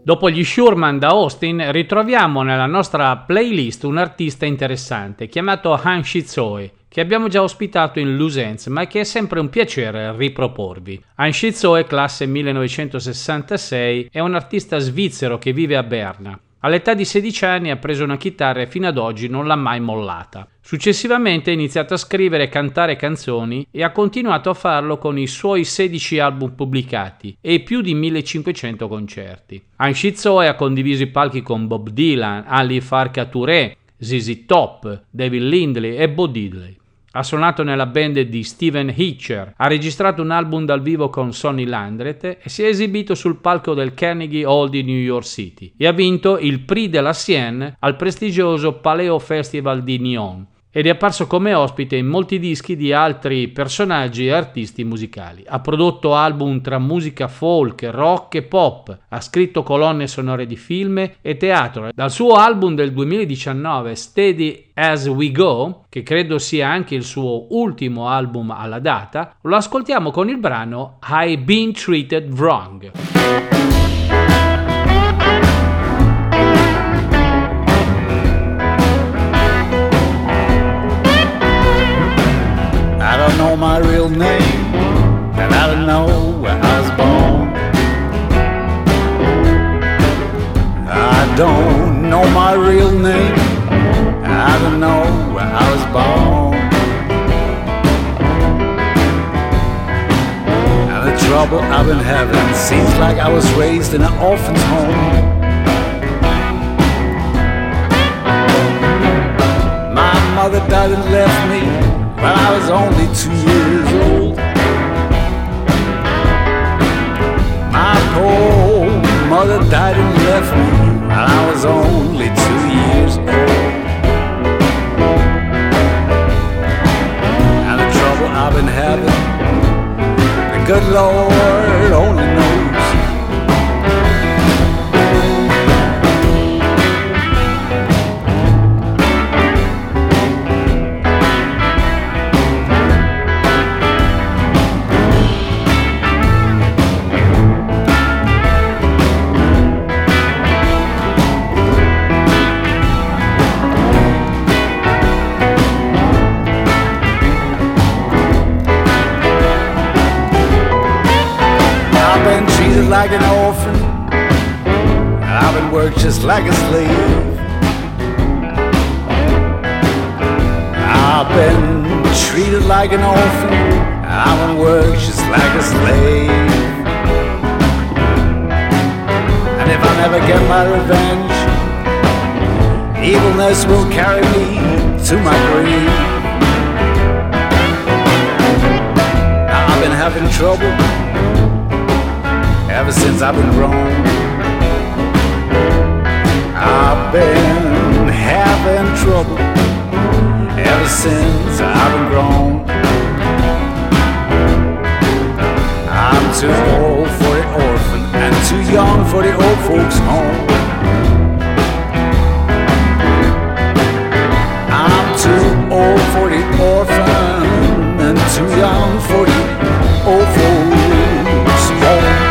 Dopo gli Shurman da Austin, ritroviamo nella nostra playlist un artista interessante chiamato Han Shizoe, che abbiamo già ospitato in Loose Ends, ma che è sempre un piacere riproporvi. Han Shizoe, classe 1966, è un artista svizzero che vive a Berna. All'età di 16 anni ha preso una chitarra e fino ad oggi non l'ha mai mollata. Successivamente ha iniziato a scrivere e cantare canzoni e ha continuato a farlo con i suoi 16 album pubblicati e più di 1500 concerti. Han Shizoe ha condiviso i palchi con Bob Dylan, Ali Farka Touré, ZZ Top, David Lindley e Bo Diddley. Ha suonato nella band di Steven Hitcher, ha registrato un album dal vivo con Sonny Landreth e si è esibito sul palco del Carnegie Hall di New York City e ha vinto il Prix de la Seine al prestigioso Paleo Festival di Nyon ed è apparso come ospite in molti dischi di altri personaggi e artisti musicali. Ha prodotto album tra musica folk, rock e pop, ha scritto colonne sonore di film e teatro. Dal suo album del 2019, Steady As We Go, che credo sia anche il suo ultimo album alla data, lo ascoltiamo con il brano I've Been Treated Wrong. I don't know my real name, and I don't know where I was born. I don't know my real name, and I don't know where I was born. And the trouble I've been having seems like I was raised in an orphan's home. My mother died and left me when I was only 2 years old. My poor mother died and left me when I was only 2 years old. And the trouble I've been having, the good Lord only knows. Like an orphan, and I've been worked just like a slave. I've been treated like an orphan, and I've been worked just like a slave. And if I never get my revenge, evilness will carry me to my grave. Now I've been having trouble ever since I've been grown. I've been having trouble ever since I've been grown. I'm too old for the orphan and too young for the old folks' home. I'm too old for the orphan and too young for the old folks' home.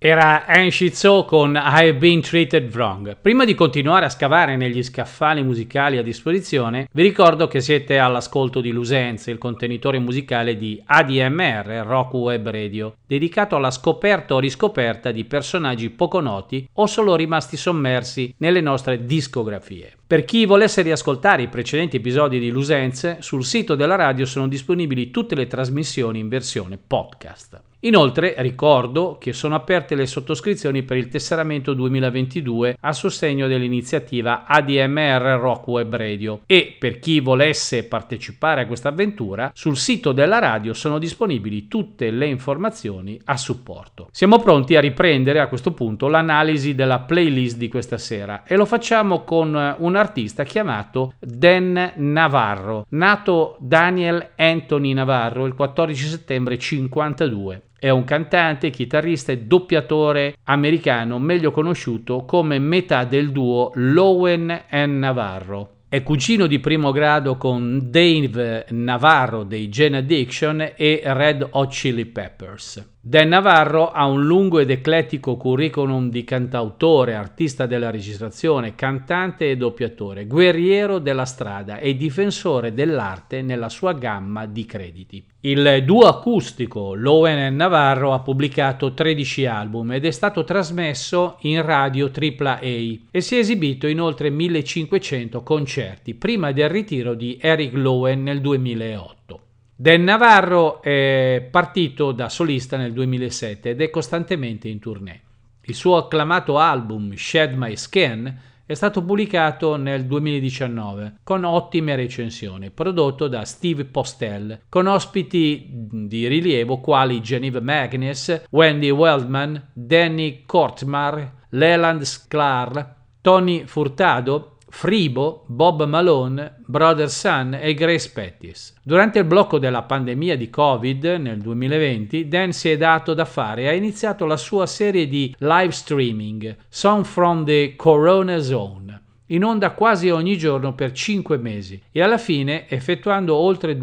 Era Anne Shizou con I've Been Treated Wrong. Prima di continuare a scavare negli scaffali musicali a disposizione, vi ricordo che siete all'ascolto di Lusenze, il contenitore musicale di ADMR, Rock Web Radio, dedicato alla scoperta o riscoperta di personaggi poco noti o solo rimasti sommersi nelle nostre discografie. Per chi volesse riascoltare i precedenti episodi di Lusenze, sul sito della radio sono disponibili tutte le trasmissioni in versione podcast. Inoltre ricordo che sono aperte le sottoscrizioni per il tesseramento 2022 a sostegno dell'iniziativa ADMR Rock Web Radio e per chi volesse partecipare a questa avventura sul sito della radio sono disponibili tutte le informazioni a supporto. Siamo pronti a riprendere a questo punto l'analisi della playlist di questa sera e lo facciamo con un artista chiamato Dan Navarro, nato Daniel Anthony Navarro il 14 settembre 52. È un cantante, chitarrista e doppiatore americano meglio conosciuto come metà del duo Lowen and Navarro. È cugino di primo grado con Dave Navarro dei Gen Addiction e Red Hot Chili Peppers. Dan Navarro ha un lungo ed eclettico curriculum di cantautore, artista della registrazione, cantante e doppiatore, guerriero della strada e difensore dell'arte nella sua gamma di crediti. Il duo acustico Lowen and Navarro ha pubblicato 13 album ed è stato trasmesso in radio AAA e si è esibito in oltre 1500 concerti prima del ritiro di Eric Lowen nel 2008. Dan Navarro è partito da solista nel 2007 ed è costantemente in tournée. Il suo acclamato album Shed My Skin è stato pubblicato nel 2019 con ottime recensioni, prodotto da Steve Postel, con ospiti di rilievo quali Geneva Magnus, Wendy Waldman, Danny Kortmar, Leland Sklar, Tony Furtado, Fribo, Bob Malone, Brother Sun e Grace Pettis. Durante il blocco della pandemia di Covid nel 2020, Dan si è dato da fare e ha iniziato la sua serie di live streaming, Song from the Corona Zone, in onda quasi ogni giorno per 5 mesi e alla fine effettuando oltre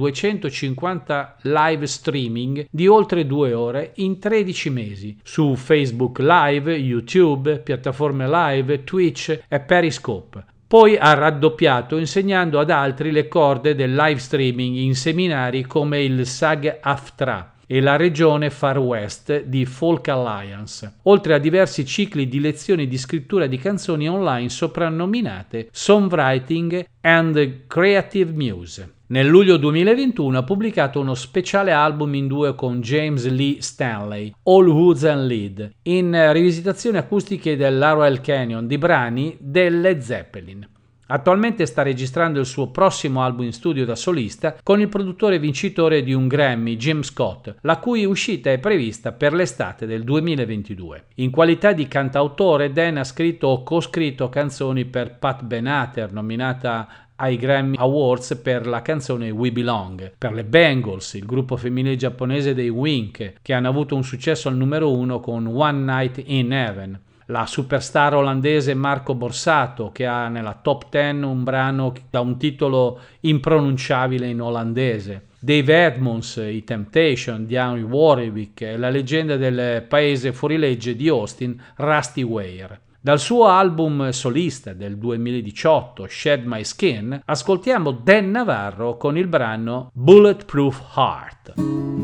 250 live streaming di oltre 2 ore in 13 mesi su Facebook Live, YouTube, piattaforme live, Twitch e Periscope. Poi ha raddoppiato insegnando ad altri le corde del live streaming in seminari come il SAG-AFTRA e la regione Far West di Folk Alliance, oltre a diversi cicli di lezioni di scrittura di canzoni online soprannominate Songwriting and Creative Muse. Nel luglio 2021 ha pubblicato uno speciale album in duo con James Lee Stanley, All Woods and Lead, in rivisitazioni acustiche del Laurel Canyon di brani del Led Zeppelin. Attualmente sta registrando il suo prossimo album in studio da solista con il produttore vincitore di un Grammy, Jim Scott, la cui uscita è prevista per l'estate del 2022. In qualità di cantautore, Dan ha scritto o coscritto canzoni per Pat Benatar, nominata ai Grammy Awards per la canzone We Belong, per le Bangles, il gruppo femminile giapponese dei Wink, che hanno avuto un successo al numero 1 con One Night in Heaven, la superstar olandese Marco Borsato, che ha nella top 10 un brano da un titolo impronunciabile in olandese, Dave Edmunds, i Temptation, Dionne Warwick e la leggenda del paese fuorilegge di Austin, Rusty Ware. Dal suo album solista del 2018, Shed My Skin, ascoltiamo Dan Navarro con il brano Bulletproof Heart.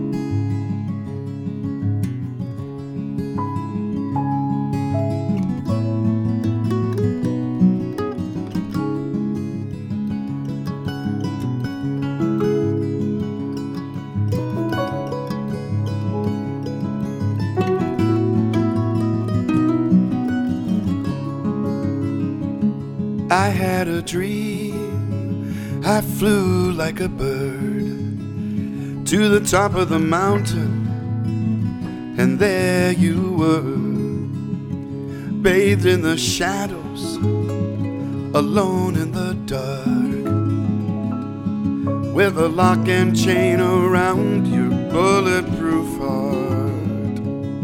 I had a dream, I flew like a bird to the top of the mountain, and there you were, bathed in the shadows, alone in the dark, with a lock and chain around your bulletproof heart.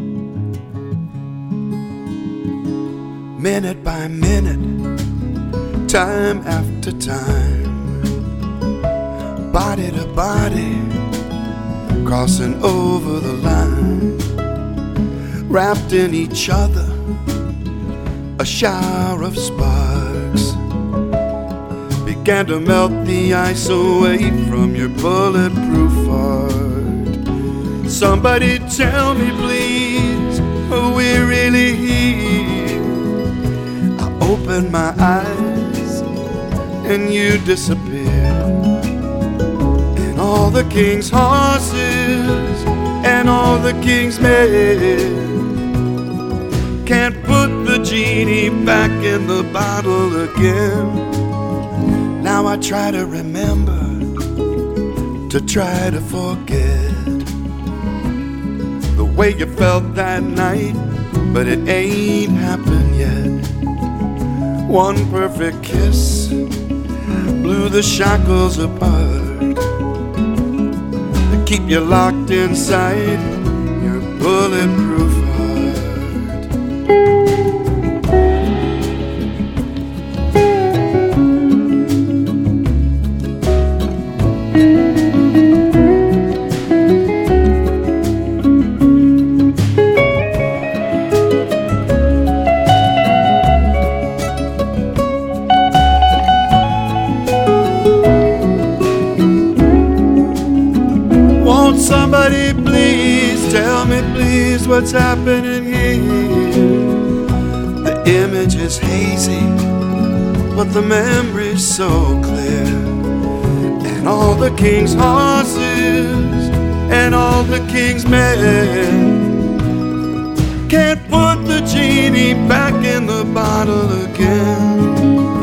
Minute by minute, time after time, body to body, crossing over the line, wrapped in each other, a shower of sparks began to melt the ice away from your bulletproof heart. Somebody tell me please, are we really here? I opened my eyes and you disappeared, and all the king's horses and all the king's men can't put the genie back in the bottle again. Now I try to remember, to try to forget the way you felt that night, but it ain't happened yet. One perfect kiss blew the shackles apart that keep you locked inside your bulletproof heart. Somebody please tell me please what's happening here. The image is hazy, but the memory's so clear, and all the king's horses and all the king's men can't put the genie back in the bottle again.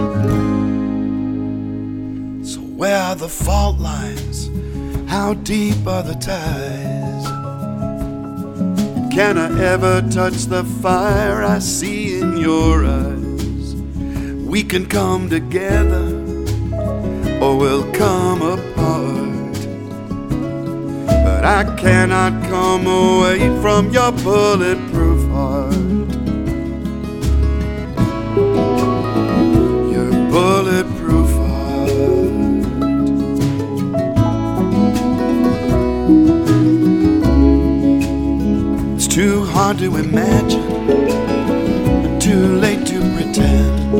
So where are the fault lines? How deep are the ties? Can I ever touch the fire I see in your eyes? We can come together or we'll come apart, but I cannot come away from your bulletproof heart. Your bulletproof heart. Too hard to imagine, too late to pretend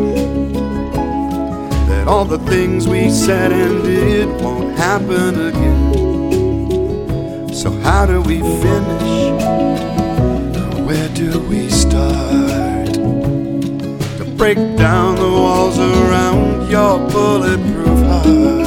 that all the things we said and did won't happen again. So how do we finish? Where do we start? To break down the walls around your bulletproof heart.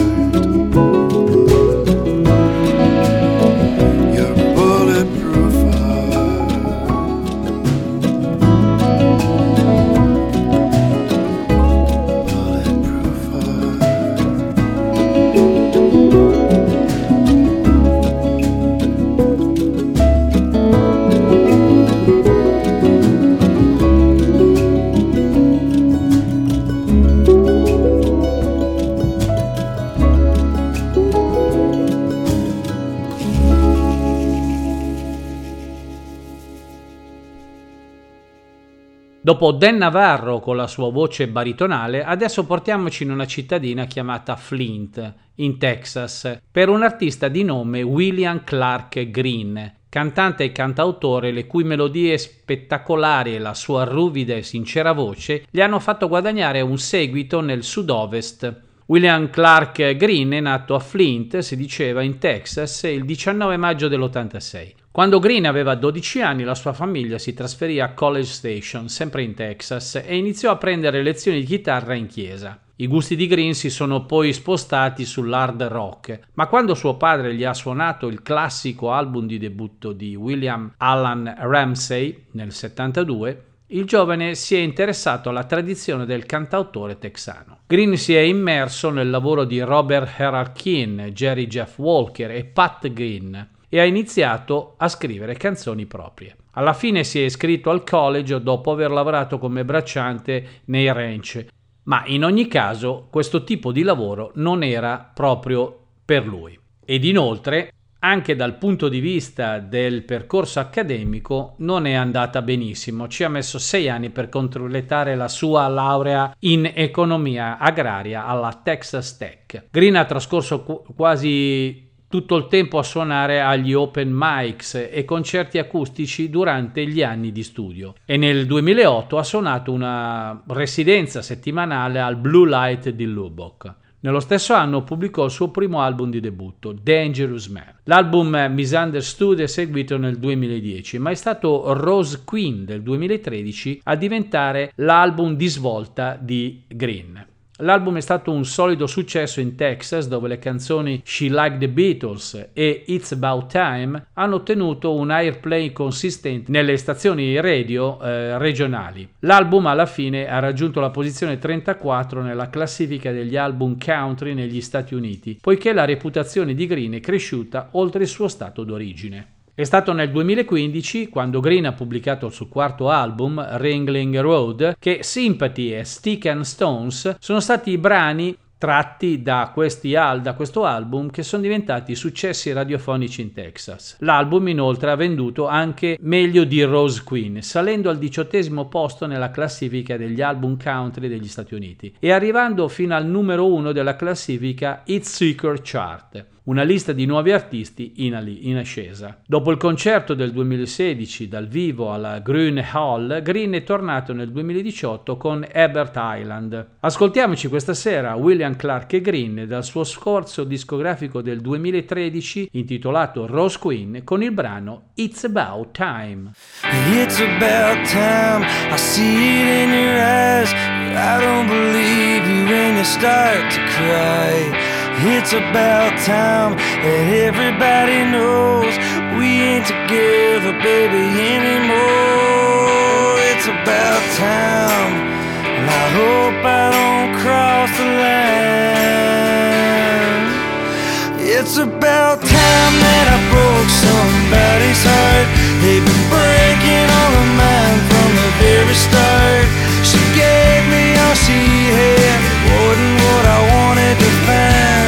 Dopo Dan Navarro con la sua voce baritonale, adesso portiamoci in una cittadina chiamata Flint, in Texas, per un artista di nome William Clark Green, cantante e cantautore le cui melodie spettacolari e la sua ruvida e sincera voce gli hanno fatto guadagnare un seguito nel sud-ovest. William Clark Green è nato a Flint, si diceva, in Texas, il 19 maggio dell'86. Quando Green aveva 12 anni, la sua famiglia si trasferì a College Station, sempre in Texas, e iniziò a prendere lezioni di chitarra in chiesa. I gusti di Green si sono poi spostati sull'hard rock, ma quando suo padre gli ha suonato il classico album di debutto di William Allen Ramsey nel 72, il giovane si è interessato alla tradizione del cantautore texano. Green si è immerso nel lavoro di Robert Earl Keen, Jerry Jeff Walker e Pat Green e ha iniziato a scrivere canzoni proprie. Alla fine si è iscritto al college dopo aver lavorato come bracciante nei ranch, ma in ogni caso questo tipo di lavoro non era proprio per lui. Ed inoltre, anche dal punto di vista del percorso accademico, non è andata benissimo. Ci ha messo 6 anni per completare la sua laurea in economia agraria alla Texas Tech. Green ha trascorso quasi tutto il tempo a suonare agli open mics e concerti acustici durante gli anni di studio, e nel 2008 ha suonato una residenza settimanale al Blue Light di Lubbock. Nello stesso anno pubblicò il suo primo album di debutto, Dangerous Man. L'album Misunderstood è seguito nel 2010, ma è stato Rose Queen del 2013 a diventare l'album di svolta di Green. L'album è stato un solido successo in Texas, dove le canzoni She Like the Beatles e It's About Time hanno ottenuto un airplay consistente nelle stazioni radio regionali. L'album alla fine ha raggiunto la posizione 34 nella classifica degli album country negli Stati Uniti, poiché la reputazione di Green è cresciuta oltre il suo stato d'origine. È stato nel 2015, quando Green ha pubblicato il suo quarto album, Ringling Road, che Sympathy e Stick and Stones sono stati i brani tratti da questo album che sono diventati successi radiofonici in Texas. L'album inoltre ha venduto anche meglio di Rose Queen, salendo al 18° posto nella classifica degli album country degli Stati Uniti e arrivando fino al numero 1 della classifica Hit Seeker Chart, una lista di nuovi artisti in ascesa. Dopo il concerto del 2016 dal vivo alla Grün Hall, Green è tornato nel 2018 con Herbert Island. Ascoltiamoci questa sera William Clark e Green dal suo scorso discografico del 2013 intitolato Rose Queen con il brano It's About Time. It's about time, I see it in your eyes, but I don't believe you when you start to cry. It's about time that everybody knows we ain't together, baby, anymore. It's about time, and I hope I don't cross the line. It's about time that I broke somebody's heart. They've been breaking all of mine from the very start. She gave me all she had, wasn't what I wanted to find.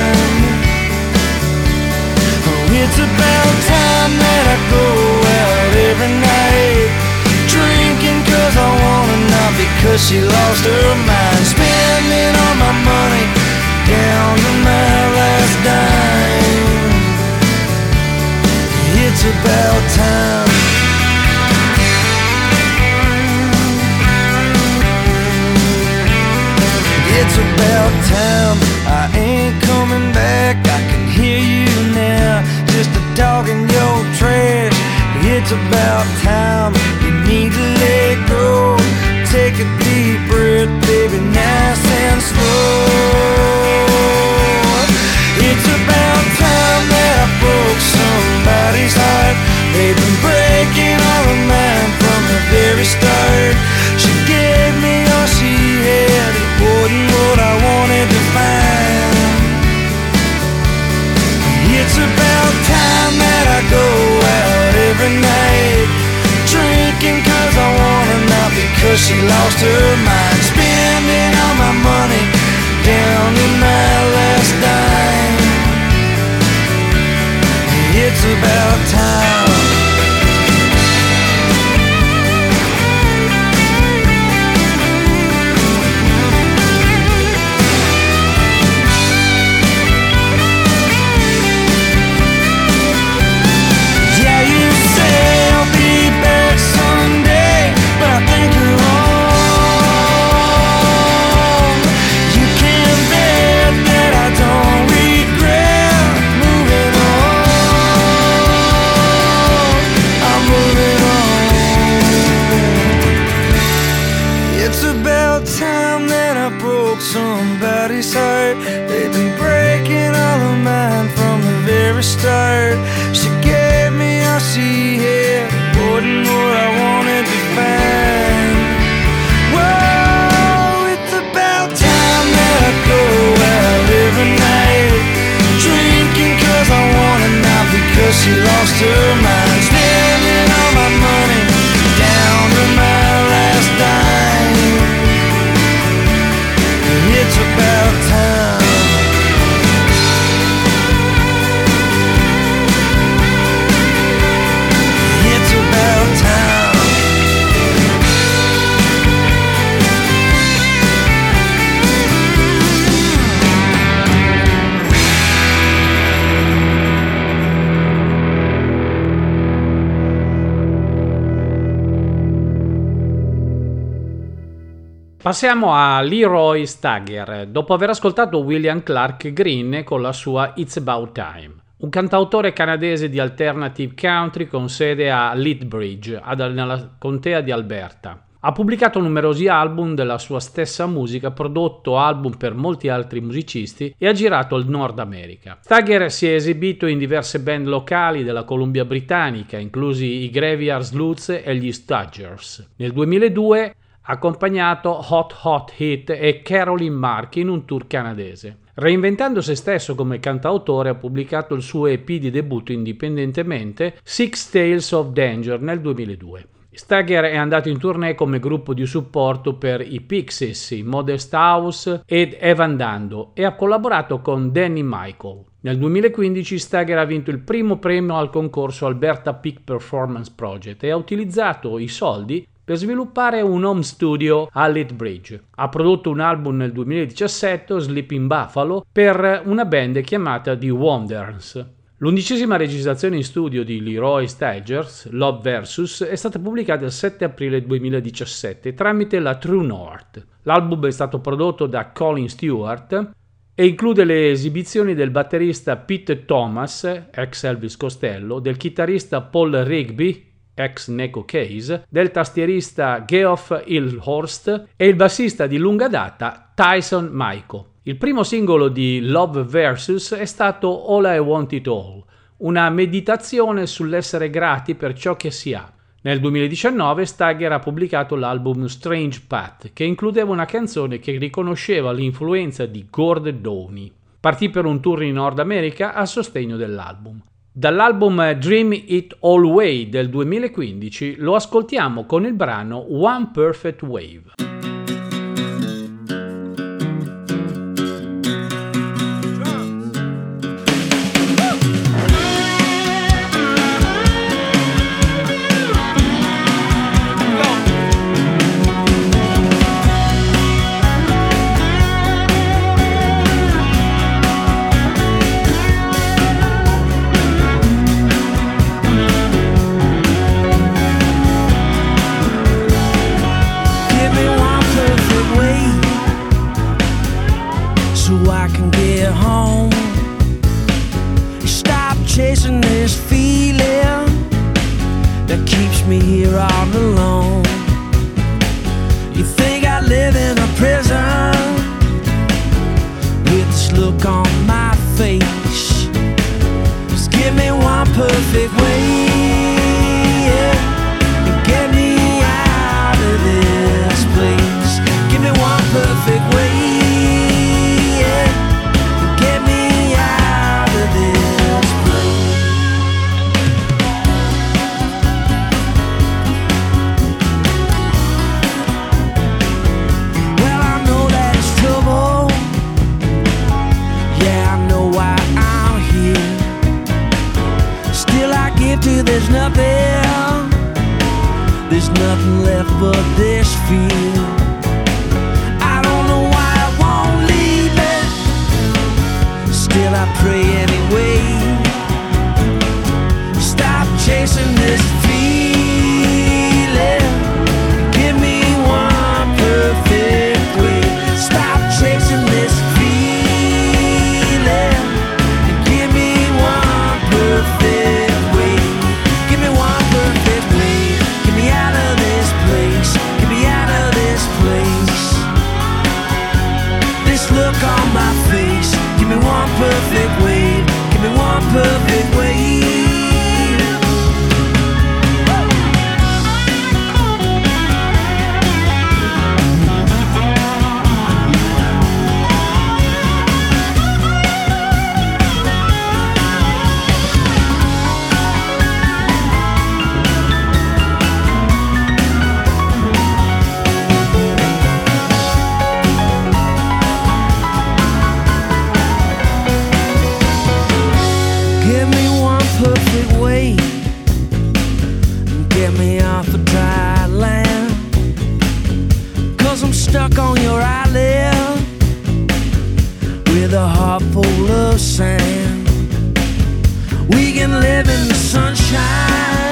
Oh, it's about time that I go out every night, drinking 'cause I wanna, not because she lost her mind. Spending all my money down to my last dime. It's about time. It's about time, I ain't coming back, I can hear you now, just a dog in your trash. It's about time, you need to let go, take a deep breath, baby, nice and slow. It's about time that I broke somebody's heart. They've been breaking all of mine from the very start. She gave me all she had, it wasn't what I wanted to find. It's about time that I go out every night, drinking 'cause I wanna, not because she lost her mind. Spending all my money down to my last dime. It's about time. Somebody's heart. They've been breaking all of mine from the very start. She gave me all she had, wasn't what I wanted to find. Whoa, it's about time that I go out every night, drinking 'cause I wanna, not because she lost her mind. Spending all my money down to my last dime. It's about time. It's Passiamo a Leroy Stagger, dopo aver ascoltato William Clark Green con la sua It's About Time. Un cantautore canadese di alternative country con sede a Lethbridge, nella contea di Alberta. Ha pubblicato numerosi album della sua stessa musica, prodotto album per molti altri musicisti e ha girato il Nord America. Stagger si è esibito in diverse band locali della Columbia Britannica, inclusi i Graveyard Sleuths e gli Stagers. Nel 2002 ha accompagnato Hot Hit e Caroline Mark in un tour canadese. Reinventando se stesso come cantautore, ha pubblicato il suo EP di debutto indipendentemente, Six Tales of Danger, nel 2002. Stagger è andato in tournée come gruppo di supporto per i Pixies, i Modest House ed Evan Dando e ha collaborato con Danny Michael. Nel 2015 Stagger ha vinto il primo premio al concorso Alberta Peak Performance Project e ha utilizzato i soldi per sviluppare un home studio a Lethbridge. Ha prodotto un album nel 2017, Sleeping Buffalo, per una band chiamata The Wanderers. L'11ª registrazione in studio di Leroy Stagers, Love Versus, è stata pubblicata il 7 aprile 2017 tramite la True North. L'album è stato prodotto da Colin Stewart e include le esibizioni del batterista Pete Thomas, ex Elvis Costello, del chitarrista Paul Rigby, ex Neko Case, del tastierista Geoff Hillhorst e il bassista di lunga data Tyson Michael. Il primo singolo di Love Versus è stato All I Want It All, una meditazione sull'essere grati per ciò che si ha. Nel 2019 Stagger ha pubblicato l'album Strange Path, che includeva una canzone che riconosceva l'influenza di Gord Downie. Partì per un tour in Nord America a sostegno dell'album. Dall'album Dream It All Way del 2015 lo ascoltiamo con il brano One Perfect Wave.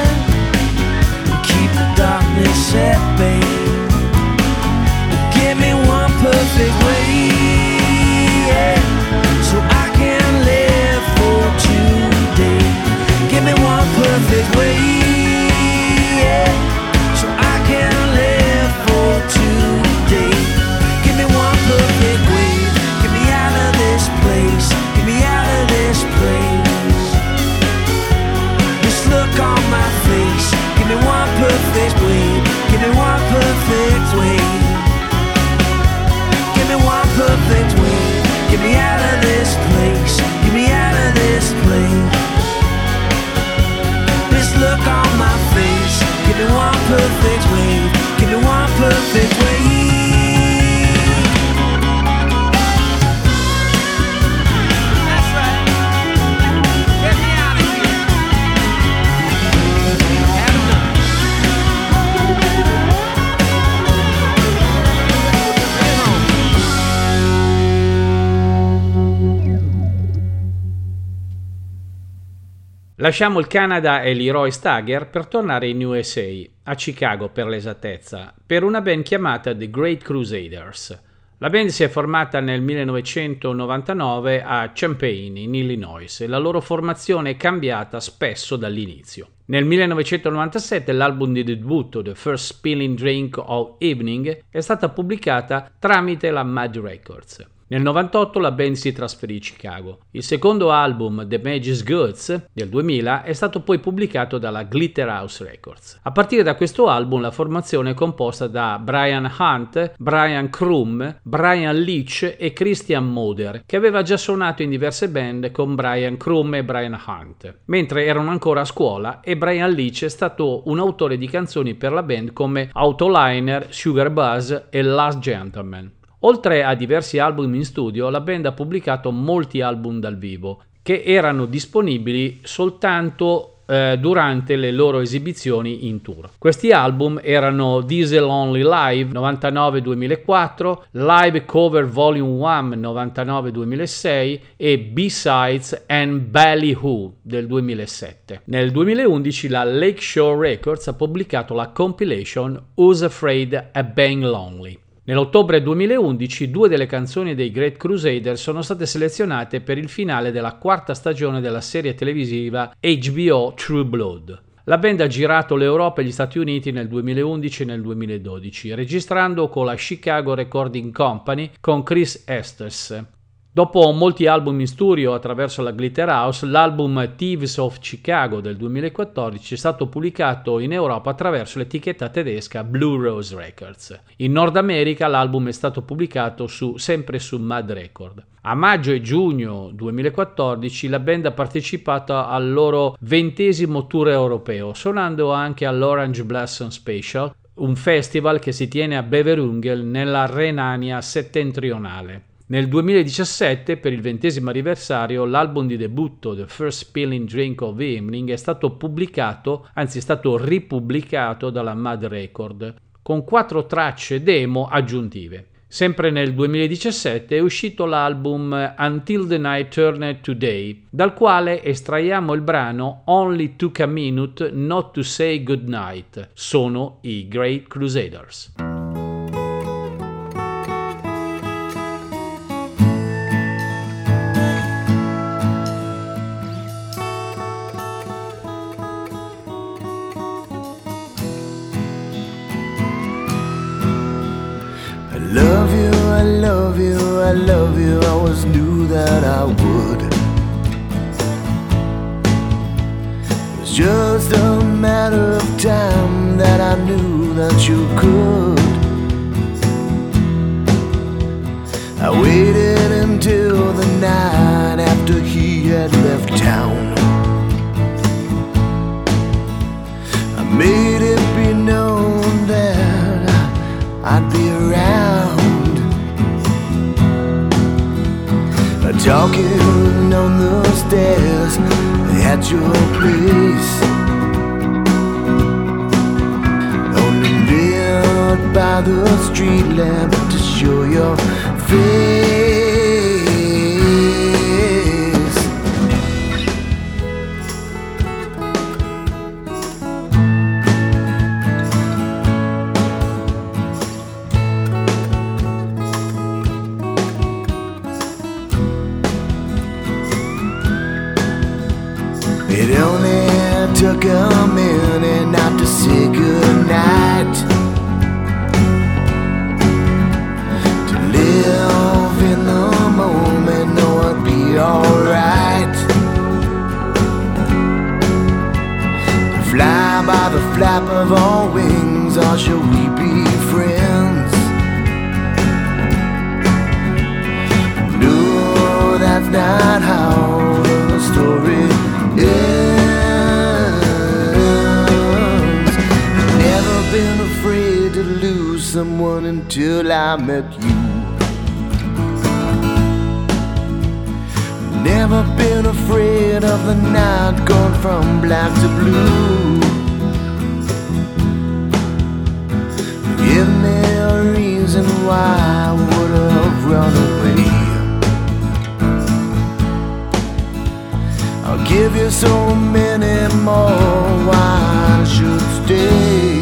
Give me perfect way. That's right. Get me out of here. Had enough. Get home. Lasciamo il Canada e Leroy Stagger per tornare in USA, a Chicago per l'esattezza, per una band chiamata The Great Crusaders. La band si è formata nel 1999 a Champaign, in Illinois, e la loro formazione è cambiata spesso dall'inizio. Nel 1997 l'album di debutto, The First Spilling Drink of Evening, è stata pubblicata tramite la Mad Records. Nel 98 la band si trasferì a Chicago. Il secondo album, The Magic's Goods, del 2000, è stato poi pubblicato dalla Glitterhouse Records. A partire da questo album la formazione è composta da Brian Hunt, Brian Krum, Brian Leach e Christian Moder, che aveva già suonato in diverse band con Brian Krum e Brian Hunt, mentre erano ancora a scuola, e Brian Leach è stato un autore di canzoni per la band come Autoliner, Sugar Buzz e Last Gentleman. Oltre a diversi album in studio, la band ha pubblicato molti album dal vivo, che erano disponibili soltanto durante le loro esibizioni in tour. Questi album erano Diesel Only Live 99-2004, Live Cover Volume 1 99-2006 e B-Sides and Ballyhoo del 2007. Nel 2011 la Lakeshore Records ha pubblicato la compilation Who's Afraid a Bang Lonely. Nell'ottobre 2011 due delle canzoni dei Great Crusaders sono state selezionate per il finale della quarta stagione della serie televisiva HBO True Blood. La band ha girato l'Europa e gli Stati Uniti nel 2011 e nel 2012, registrando con la Chicago Recording Company con Chris Estes. Dopo molti album in studio attraverso la Glitterhouse, l'album Thieves of Chicago del 2014 è stato pubblicato in Europa attraverso l'etichetta tedesca Blue Rose Records. In Nord America l'album è stato pubblicato sempre su Mad Record. A maggio e giugno 2014 la band ha partecipato al loro 20° tour europeo, suonando anche all'Orange Blossom Special, un festival che si tiene a Beverungel nella Renania settentrionale. Nel 2017, per il 20° anniversario, l'album di debutto The First Spilling Drink of Evening è stato ripubblicato dalla Mad Record con 4 tracce demo aggiuntive. Sempre nel 2017 è uscito l'album Until the Night Turned to Day, dal quale estraiamo il brano Only Took a Minute Not to Say Goodnight. Sono i Great Crusaders. I love you, I always knew that I would. It was just a matter of time that I knew that you could. I waited until the night after he had left town. I made it be known that I'd be around. Talking on the stairs at your place, only lit by the street lamp to show your face. It only took a minute not to say goodnight, to live in the moment, know it'd be alright, to fly by the flap of our wings, or shall we be friends? No, that's not how the story ends. Never been afraid to lose one until I met you. Never been afraid of the night going from black to blue. Give me a reason why I would have run away. I'll give you so many more why I should stay.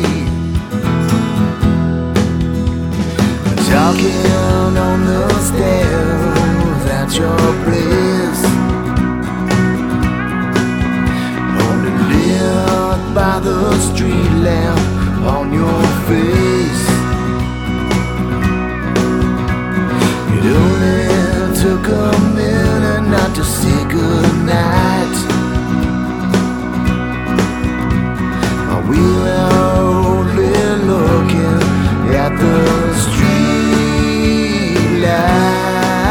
Talking on the stairs at your place, only lit by the street lamp on your face. It only took a minute not to say goodnight. We were only looking at the street lights.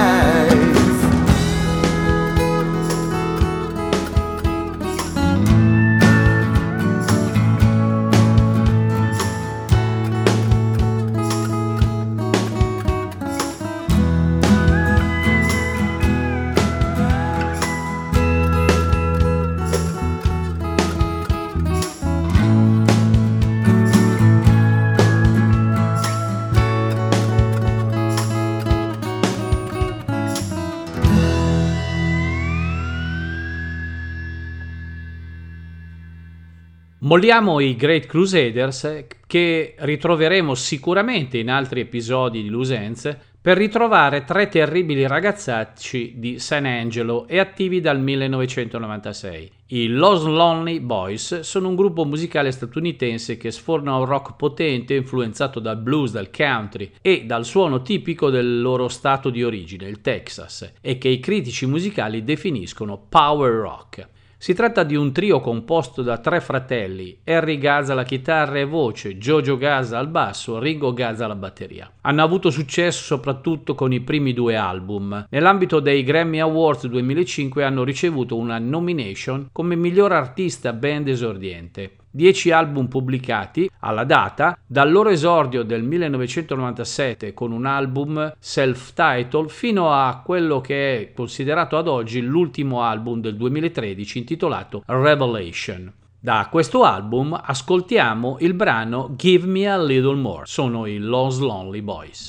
Molliamo i Great Crusaders, che ritroveremo sicuramente in altri episodi di Loose Ends, per ritrovare tre terribili ragazzacci di San Angelo e attivi dal 1996. I Lost Lonely Boys sono un gruppo musicale statunitense che sforna un rock potente influenzato dal blues, dal country e dal suono tipico del loro stato di origine, il Texas, e che i critici musicali definiscono power rock. Si tratta di un trio composto da tre fratelli, Harry Gaza alla chitarra e voce, Jojo Gaza al basso, Ringo Gaza alla batteria. Hanno avuto successo soprattutto con i primi due album. Nell'ambito dei Grammy Awards 2005 hanno ricevuto una nomination come miglior artista band esordiente. 10 album pubblicati alla data, dal loro esordio del 1997 con un album self-titled fino a quello che è considerato ad oggi l'ultimo album del 2013 intitolato Revelation. Da questo album ascoltiamo il brano Give Me a Little More, sono i Lost Lonely Boys.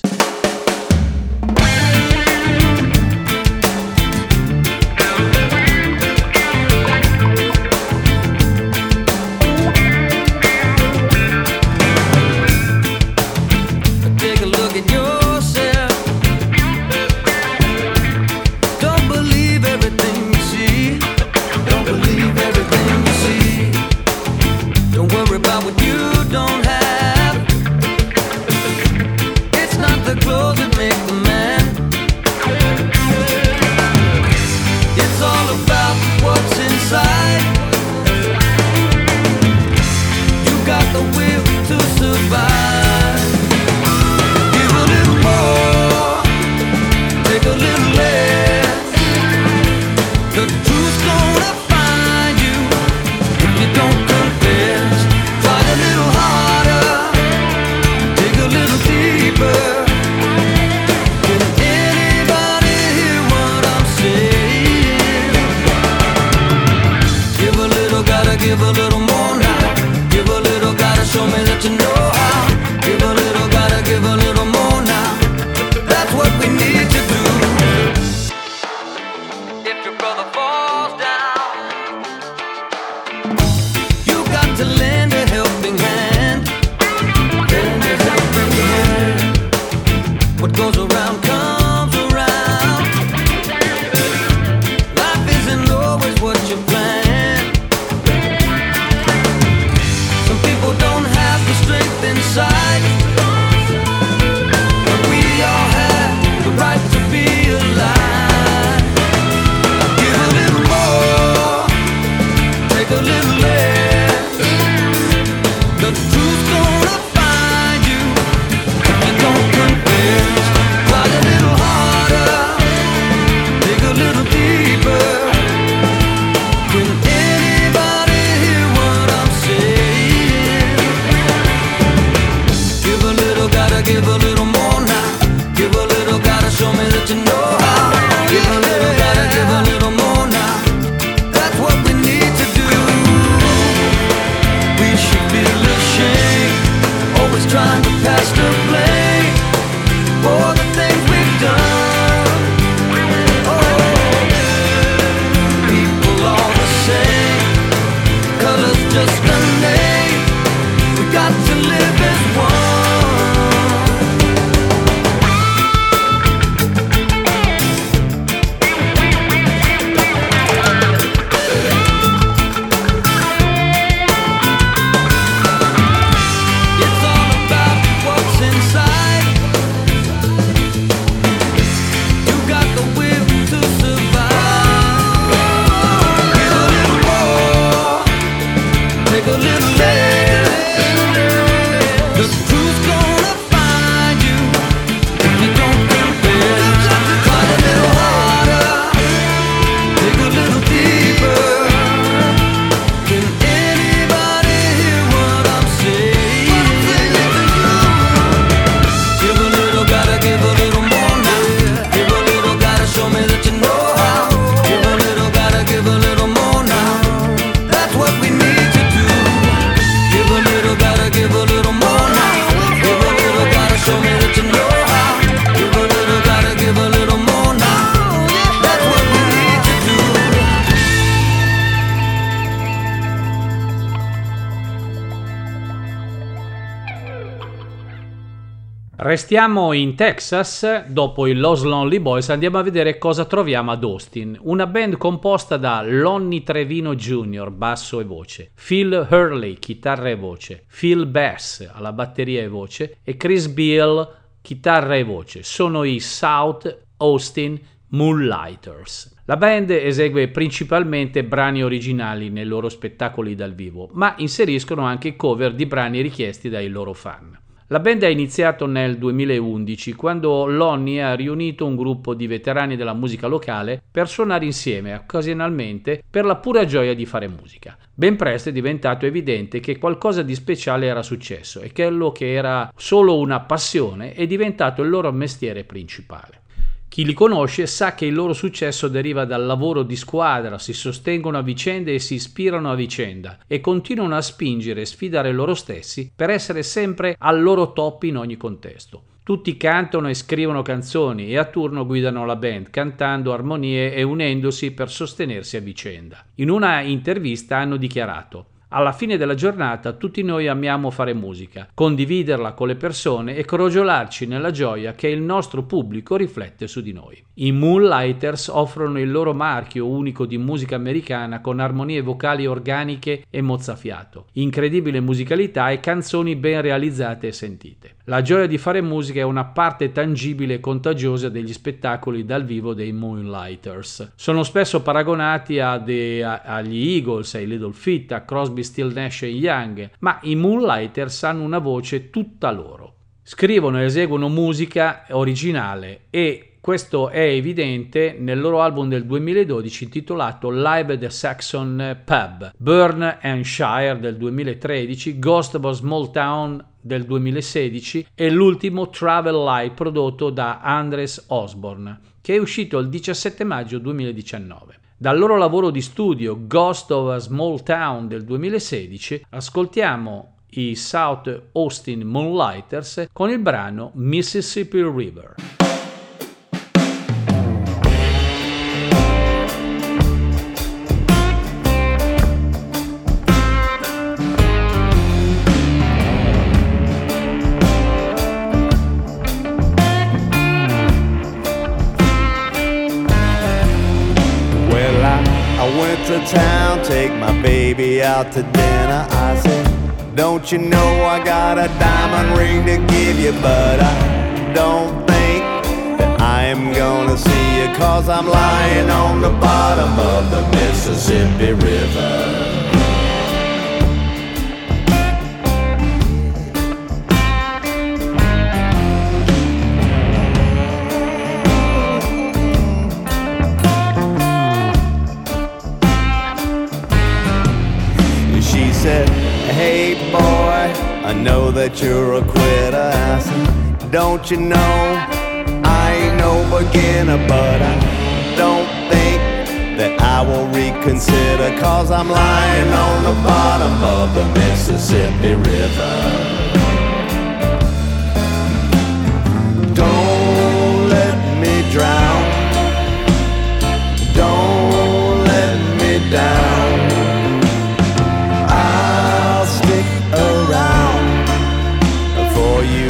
Don't worry about what you don't have. It's not the Restiamo in Texas, dopo i Los Lonely Boys andiamo a vedere cosa troviamo ad Austin, una band composta da Lonnie Trevino Jr., basso e voce, Phil Hurley, chitarra e voce, Phil Bass alla batteria e voce e Chris Beal, chitarra e voce. Sono i South Austin Moonlighters. La band esegue principalmente brani originali nei loro spettacoli dal vivo, ma inseriscono anche cover di brani richiesti dai loro fan. La band ha iniziato nel 2011, quando Lonnie ha riunito un gruppo di veterani della musica locale per suonare insieme, occasionalmente, per la pura gioia di fare musica. Ben presto è diventato evidente che qualcosa di speciale era successo e quello che era solo una passione è diventato il loro mestiere principale. Chi li conosce sa che il loro successo deriva dal lavoro di squadra, si sostengono a vicenda e si ispirano a vicenda e continuano a spingere e sfidare loro stessi per essere sempre al loro top in ogni contesto. Tutti cantano e scrivono canzoni e a turno guidano la band, cantando armonie e unendosi per sostenersi a vicenda. In una intervista hanno dichiarato: alla fine della giornata tutti noi amiamo fare musica, condividerla con le persone e crogiolarci nella gioia che il nostro pubblico riflette su di noi. I Moonlighters offrono il loro marchio unico di musica americana con armonie vocali organiche e mozzafiato, incredibile musicalità e canzoni ben realizzate e sentite. La gioia di fare musica è una parte tangibile e contagiosa degli spettacoli dal vivo dei Moonlighters. Sono spesso paragonati agli Eagles, ai Little Feat, a Crosby, Still Nash Young, ma i Moonlighters hanno una voce tutta loro. Scrivono e eseguono musica originale e questo è evidente nel loro album del 2012 intitolato Live at the Saxon Pub, Burn and Shire del 2013, Ghost of a Small Town del 2016 e l'ultimo Travel Live prodotto da Andres Osborne, che è uscito il 17 maggio 2019. Dal loro lavoro di studio Ghost of a Small Town del 2016 ascoltiamo i South Austin Moonlighters con il brano Mississippi River. To town, take my baby out to dinner. I said, don't you know I got a diamond ring to give you, but I don't think that I am gonna see you, 'cause I'm lying on the bottom of the Mississippi River. Said, hey boy, I know that you're a quitter. I said, don't you know I ain't no beginner, but I don't think that I will reconsider, 'cause I'm lying on the bottom of the Mississippi River. Don't let me drown, don't let me down, around for you.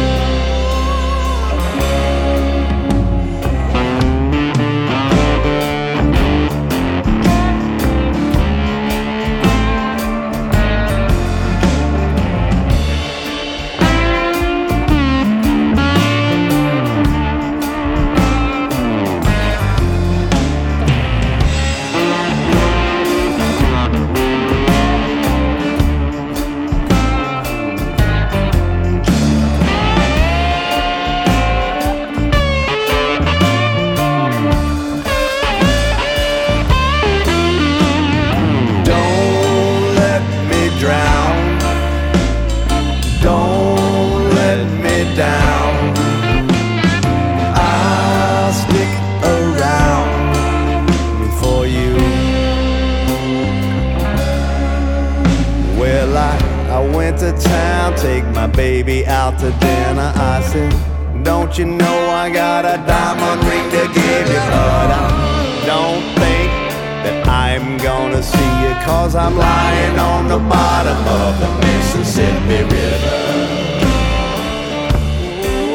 Baby out to dinner, I said, don't you know I got a diamond ring to give you, but I don't think that I'm gonna see you, 'cause I'm lying on the bottom of the Mississippi River.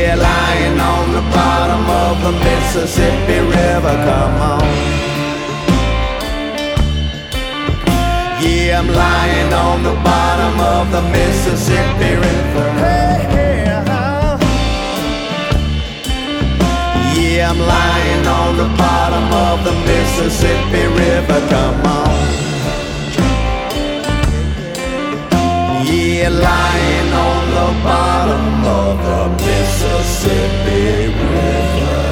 Yeah, lying on the bottom of the Mississippi River, come on. Yeah, I'm lying on the bottom of the Mississippi River. Yeah, I'm lying on the bottom of the Mississippi River, come on. Yeah, lying on the bottom of the Mississippi River.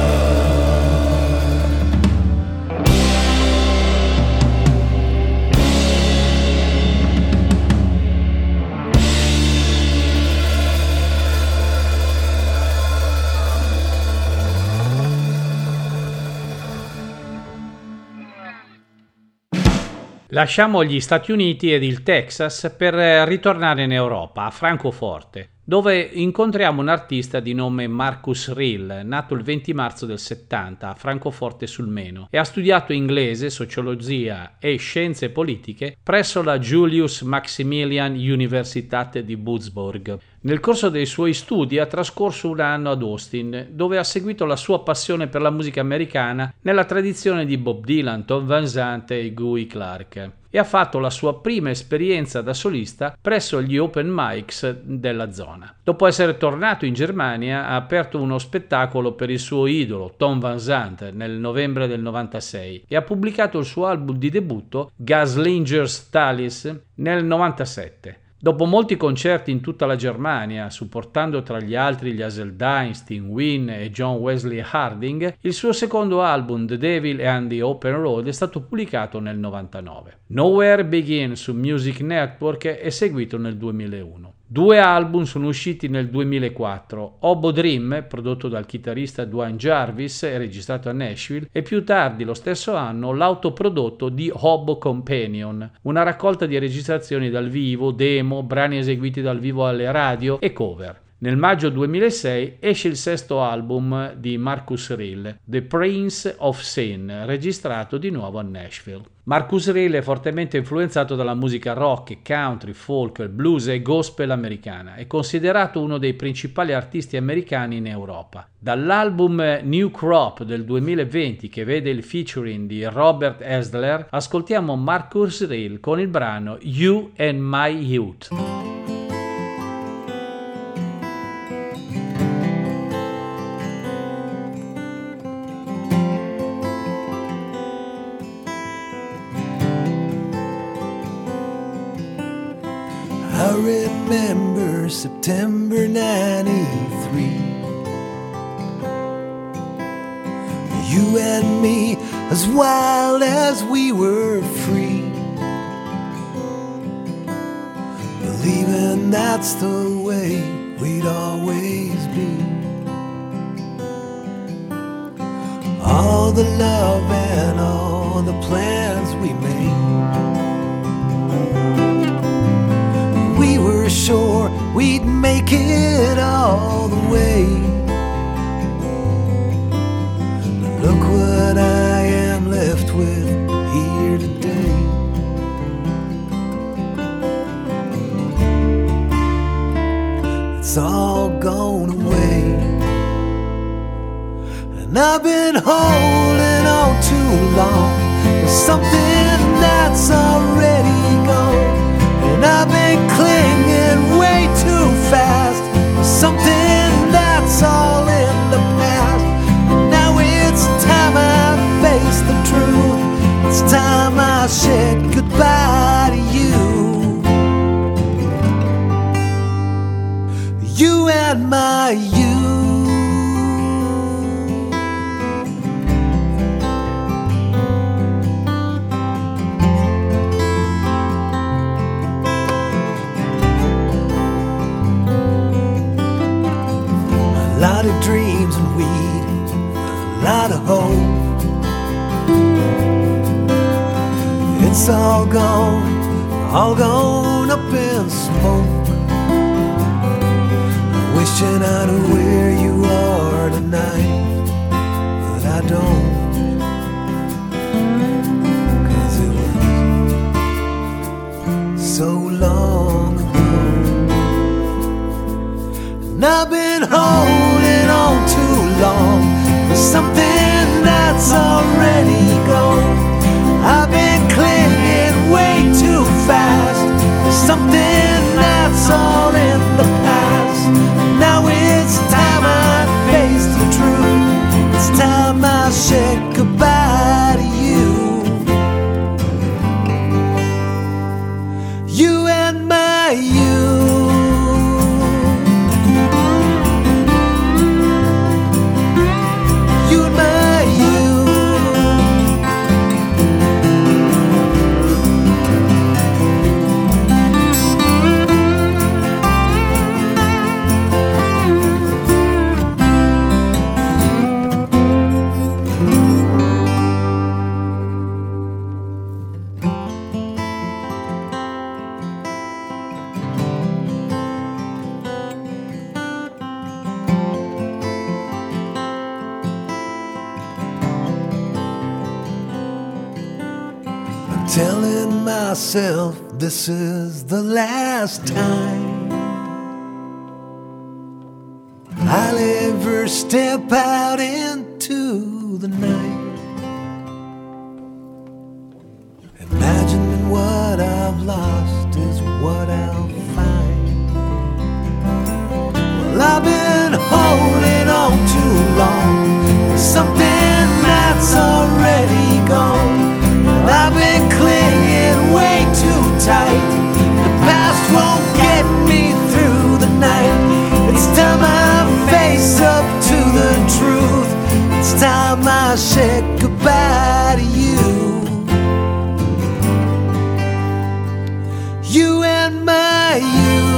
Lasciamo gli Stati Uniti ed il Texas per ritornare in Europa, a Francoforte, dove incontriamo un artista di nome Marcus Rill, nato il 20 marzo del 70 a Francoforte sul Meno, e ha studiato inglese, sociologia e scienze politiche presso la Julius Maximilian Universität di Würzburg. Nel corso dei suoi studi ha trascorso un anno ad Austin, dove ha seguito la sua passione per la musica americana nella tradizione di Bob Dylan, Tom Van Zandt e Guy Clark, e ha fatto la sua prima esperienza da solista presso gli open mics della zona. Dopo essere tornato in Germania ha aperto uno spettacolo per il suo idolo Tom Van Zandt nel novembre del 96 e ha pubblicato il suo album di debutto Gaslinger's Tales nel 97. Dopo molti concerti in tutta la Germania, supportando tra gli altri gli Hazeltine, Sting Wynn e John Wesley Harding, il suo secondo album The Devil and the Open Road è stato pubblicato nel 99. Nowhere Begin su Music Network è seguito nel 2001. 2 album sono usciti nel 2004, Hobo Dream, prodotto dal chitarrista Duane Jarvis e registrato a Nashville, e più tardi lo stesso anno l'autoprodotto di Hobo Companion, una raccolta di registrazioni dal vivo, demo, brani eseguiti dal vivo alle radio e cover. Nel maggio 2006 esce il sesto album di Marcus Rill, The Prince of Sin, registrato di nuovo a Nashville. Marcus Rill è fortemente influenzato dalla musica rock, country, folk, blues e gospel americana. È considerato uno dei principali artisti americani in Europa. Dall'album New Crop del 2020, che vede il featuring di Robert Esler, ascoltiamo Marcus Rill con il brano You and My Youth. I remember September 93. You and me, as wild as we were free, believing that's the way we'd always be. All the love and all the plans we made, we were sure we'd make it all the way. But look what I am left with here today. It's all gone away, and I've been holding on too long for something that's already gone. And I've been clinging way too fast for something that's all in the past. And now it's time I face the truth. It's time I said goodbye to you. You and my youth. A lot of dreams and weed, a lot of hope. It's all gone up in smoke. Wishing I knew where you are tonight, but I don't. 'Cause it was so long ago, and I've been holding something that's already gone. I've been clinging way too fast to something that's all in the past. Now it's time I face the truth. It's time I said goodbye to you. You and my you. You and my you. Telling myself this is the last time I'll ever step out into the night, imagining what I've lost is what I'll find. Well, I've been holding on too long, something that's already gone. I've been clinging way too tight. The past won't get me through the night. It's time I face up to the truth. It's time I said goodbye to you. You and my you.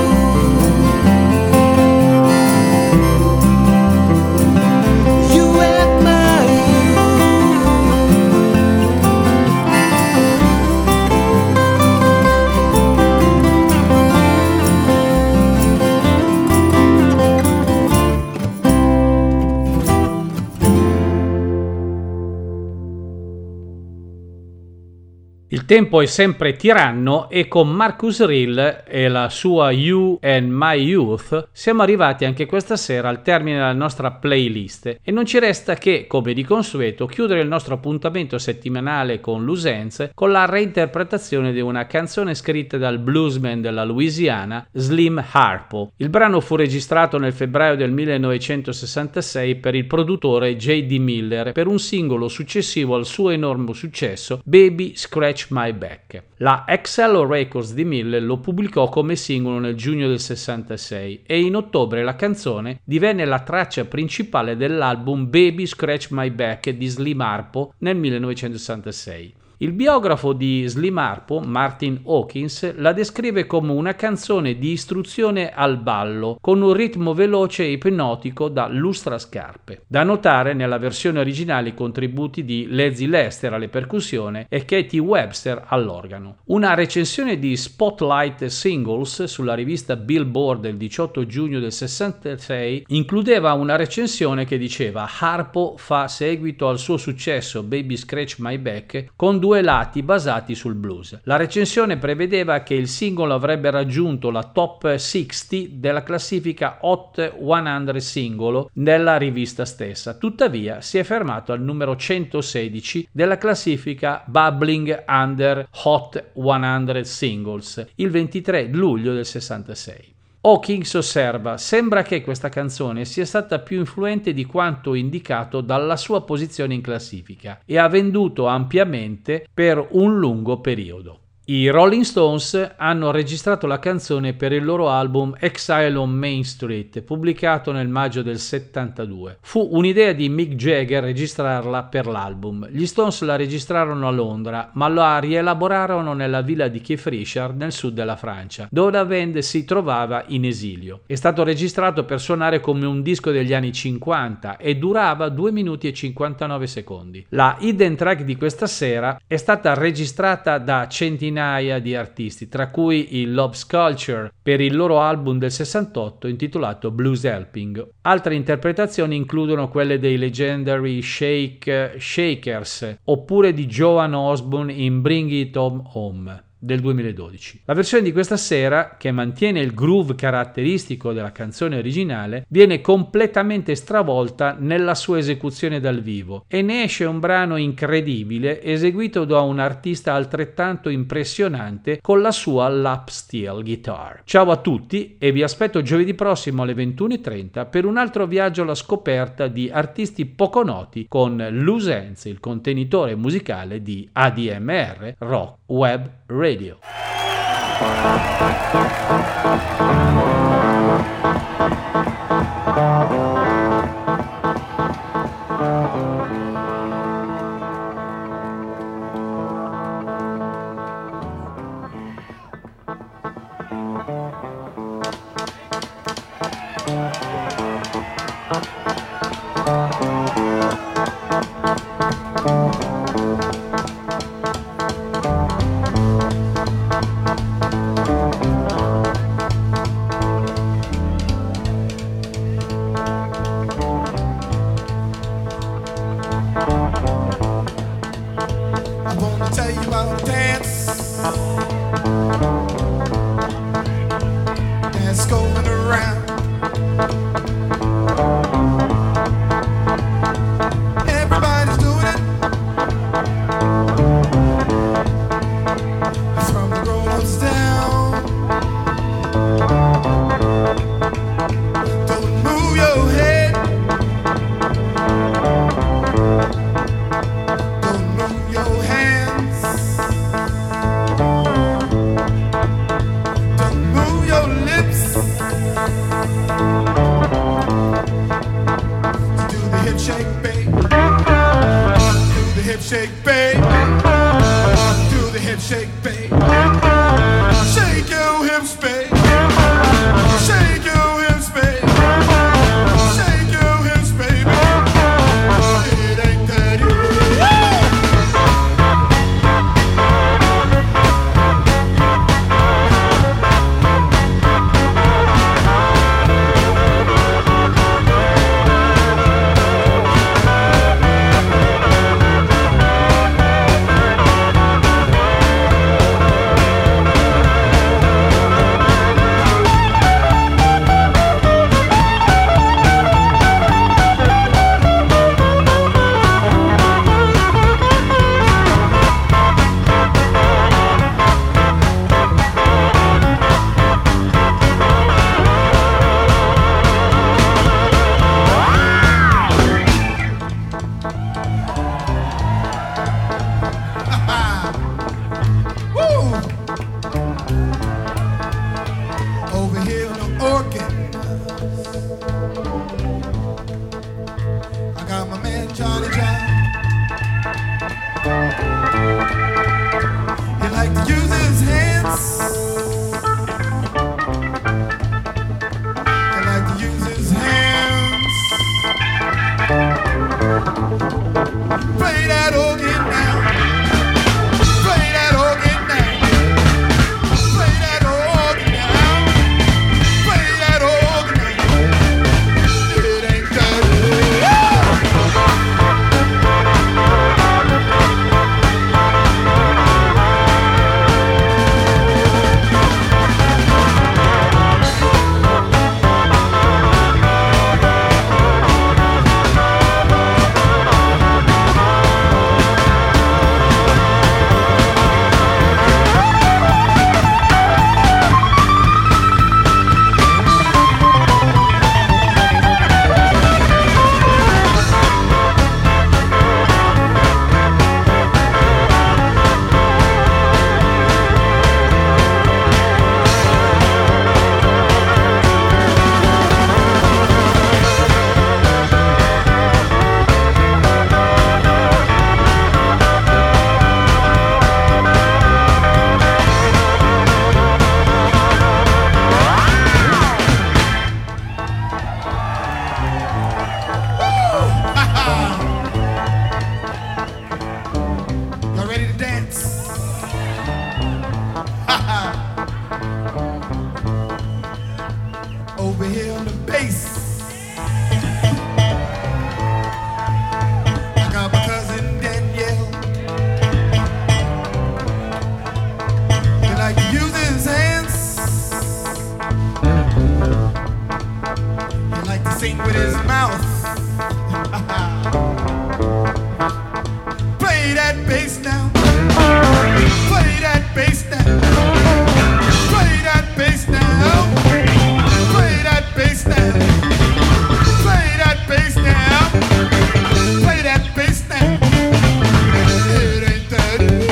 Il tempo è sempre tiranno e con Marcus Rill e la sua You and My Youth siamo arrivati anche questa sera al termine della nostra playlist e non ci resta che, come di consueto, chiudere il nostro appuntamento settimanale con Loose Ends con la reinterpretazione di una canzone scritta dal bluesman della Louisiana Slim Harpo. Il brano fu registrato nel febbraio del 1966 per il produttore J.D. Miller per un singolo successivo al suo enorme successo Baby Scratch My Back. La XL Records di Miller lo pubblicò come singolo nel giugno del 66 e in ottobre la canzone divenne la traccia principale dell'album Baby Scratch My Back di Slim Harpo nel 1966. Il biografo di Slim Harpo, Martin Hawkins, la descrive come una canzone di istruzione al ballo, con un ritmo veloce e ipnotico da lustrascarpe. Da notare nella versione originale i contributi di Leslie Lester alle percussioni e Katie Webster all'organo. Una recensione di Spotlight Singles sulla rivista Billboard del 18 giugno del 66 includeva una recensione che diceva: Harpo fa seguito al suo successo Baby Scratch My Back con due lati basati sul blues. La recensione prevedeva che il singolo avrebbe raggiunto la top 60 della classifica Hot 100 singolo della rivista stessa, tuttavia si è fermato al numero 116 della classifica Bubbling Under Hot 100 Singles il 23 luglio del 66. Hawkins osserva: sembra che questa canzone sia stata più influente di quanto indicato dalla sua posizione in classifica e ha venduto ampiamente per un lungo periodo. I Rolling Stones hanno registrato la canzone per il loro album Exile on Main Street, pubblicato nel maggio del 72. Fu un'idea di Mick Jagger registrarla per l'album. Gli Stones la registrarono a Londra, ma la rielaborarono nella villa di Keith Richards nel sud della Francia, dove la band si trovava in esilio. È stato registrato per suonare come un disco degli anni 50 e durava 2 minuti e 59 secondi. La hidden track di questa sera è stata registrata da centinaia di artisti, tra cui i Love Sculpture per il loro album del 68 intitolato Blues Helping. Altre interpretazioni includono quelle dei Legendary Shakers oppure di Joan Osborne in Bring It Home. del 2012. La versione di questa sera, che mantiene il groove caratteristico della canzone originale, viene completamente stravolta nella sua esecuzione dal vivo e ne esce un brano incredibile eseguito da un artista altrettanto impressionante con la sua lap steel guitar. Ciao a tutti e vi aspetto giovedì prossimo alle 21:30 per un altro viaggio alla scoperta di artisti poco noti con Loose Ends, il contenitore musicale di ADMR Rock Web Radio. Play that bass now. Play that bass now. Play that bass now. Play that bass now. Play that bass now. Play that bass now. It ain't that easy.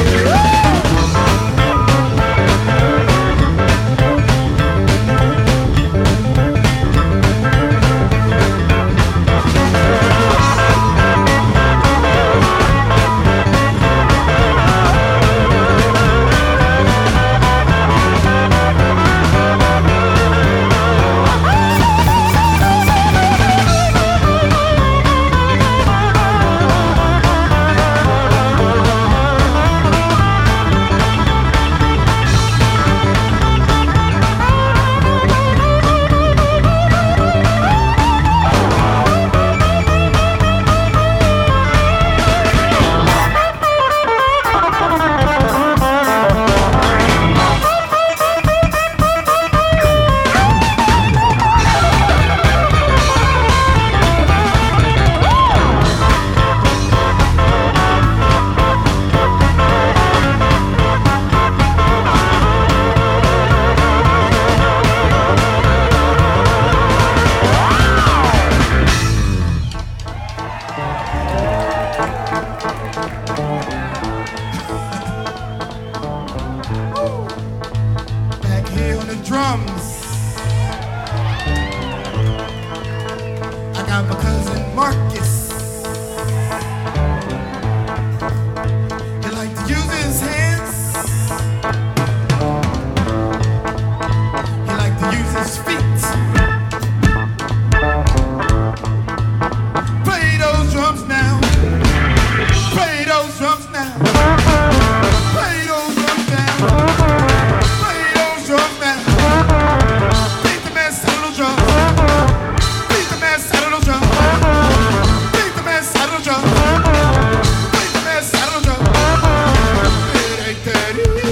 Back here on the drums, I got my cousin Marcus. He like to use his hands. He like to use his feet. Play those drums now. Play those drums now. Play those drums now. Play those drums now. Beat the mess out of those drums. Beat the mess out of those drums. Beat the mess out of those drums. Beat the mess out of those drums. It ain't that easy.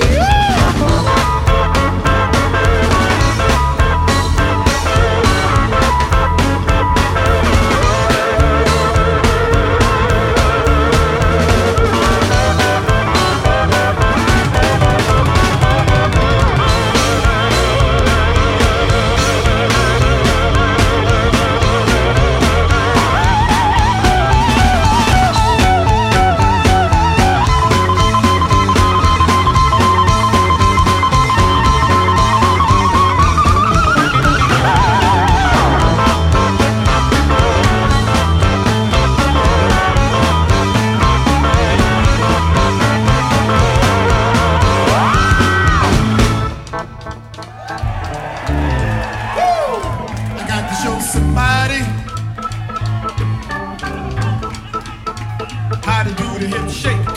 I got to show somebody how to do the hip shake.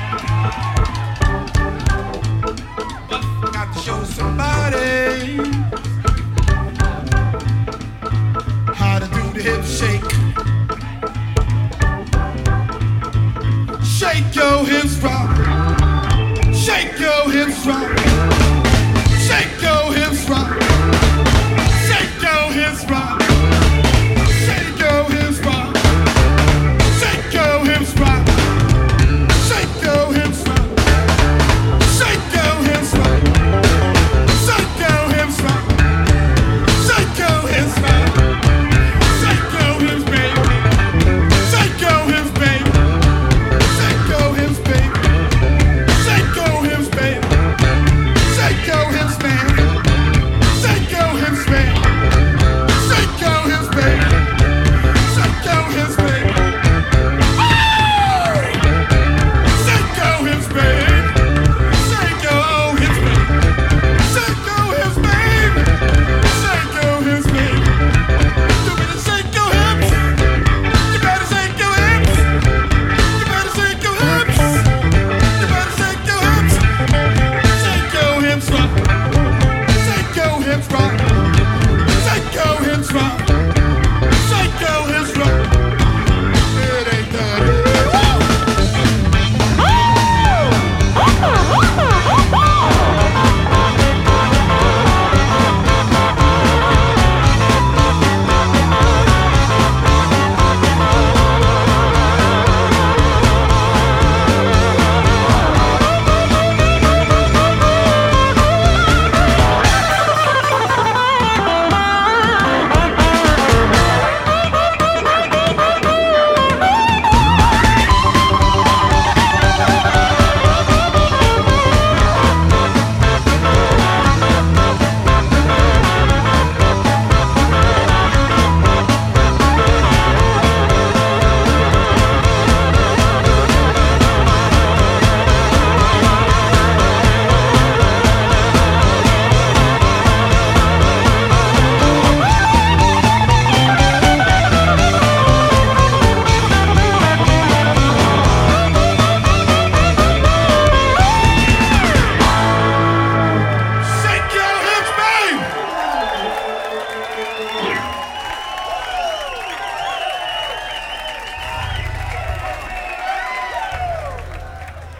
I got to show somebody how to do the hip shake. Shake your hips, rock. Shake your hips, rock.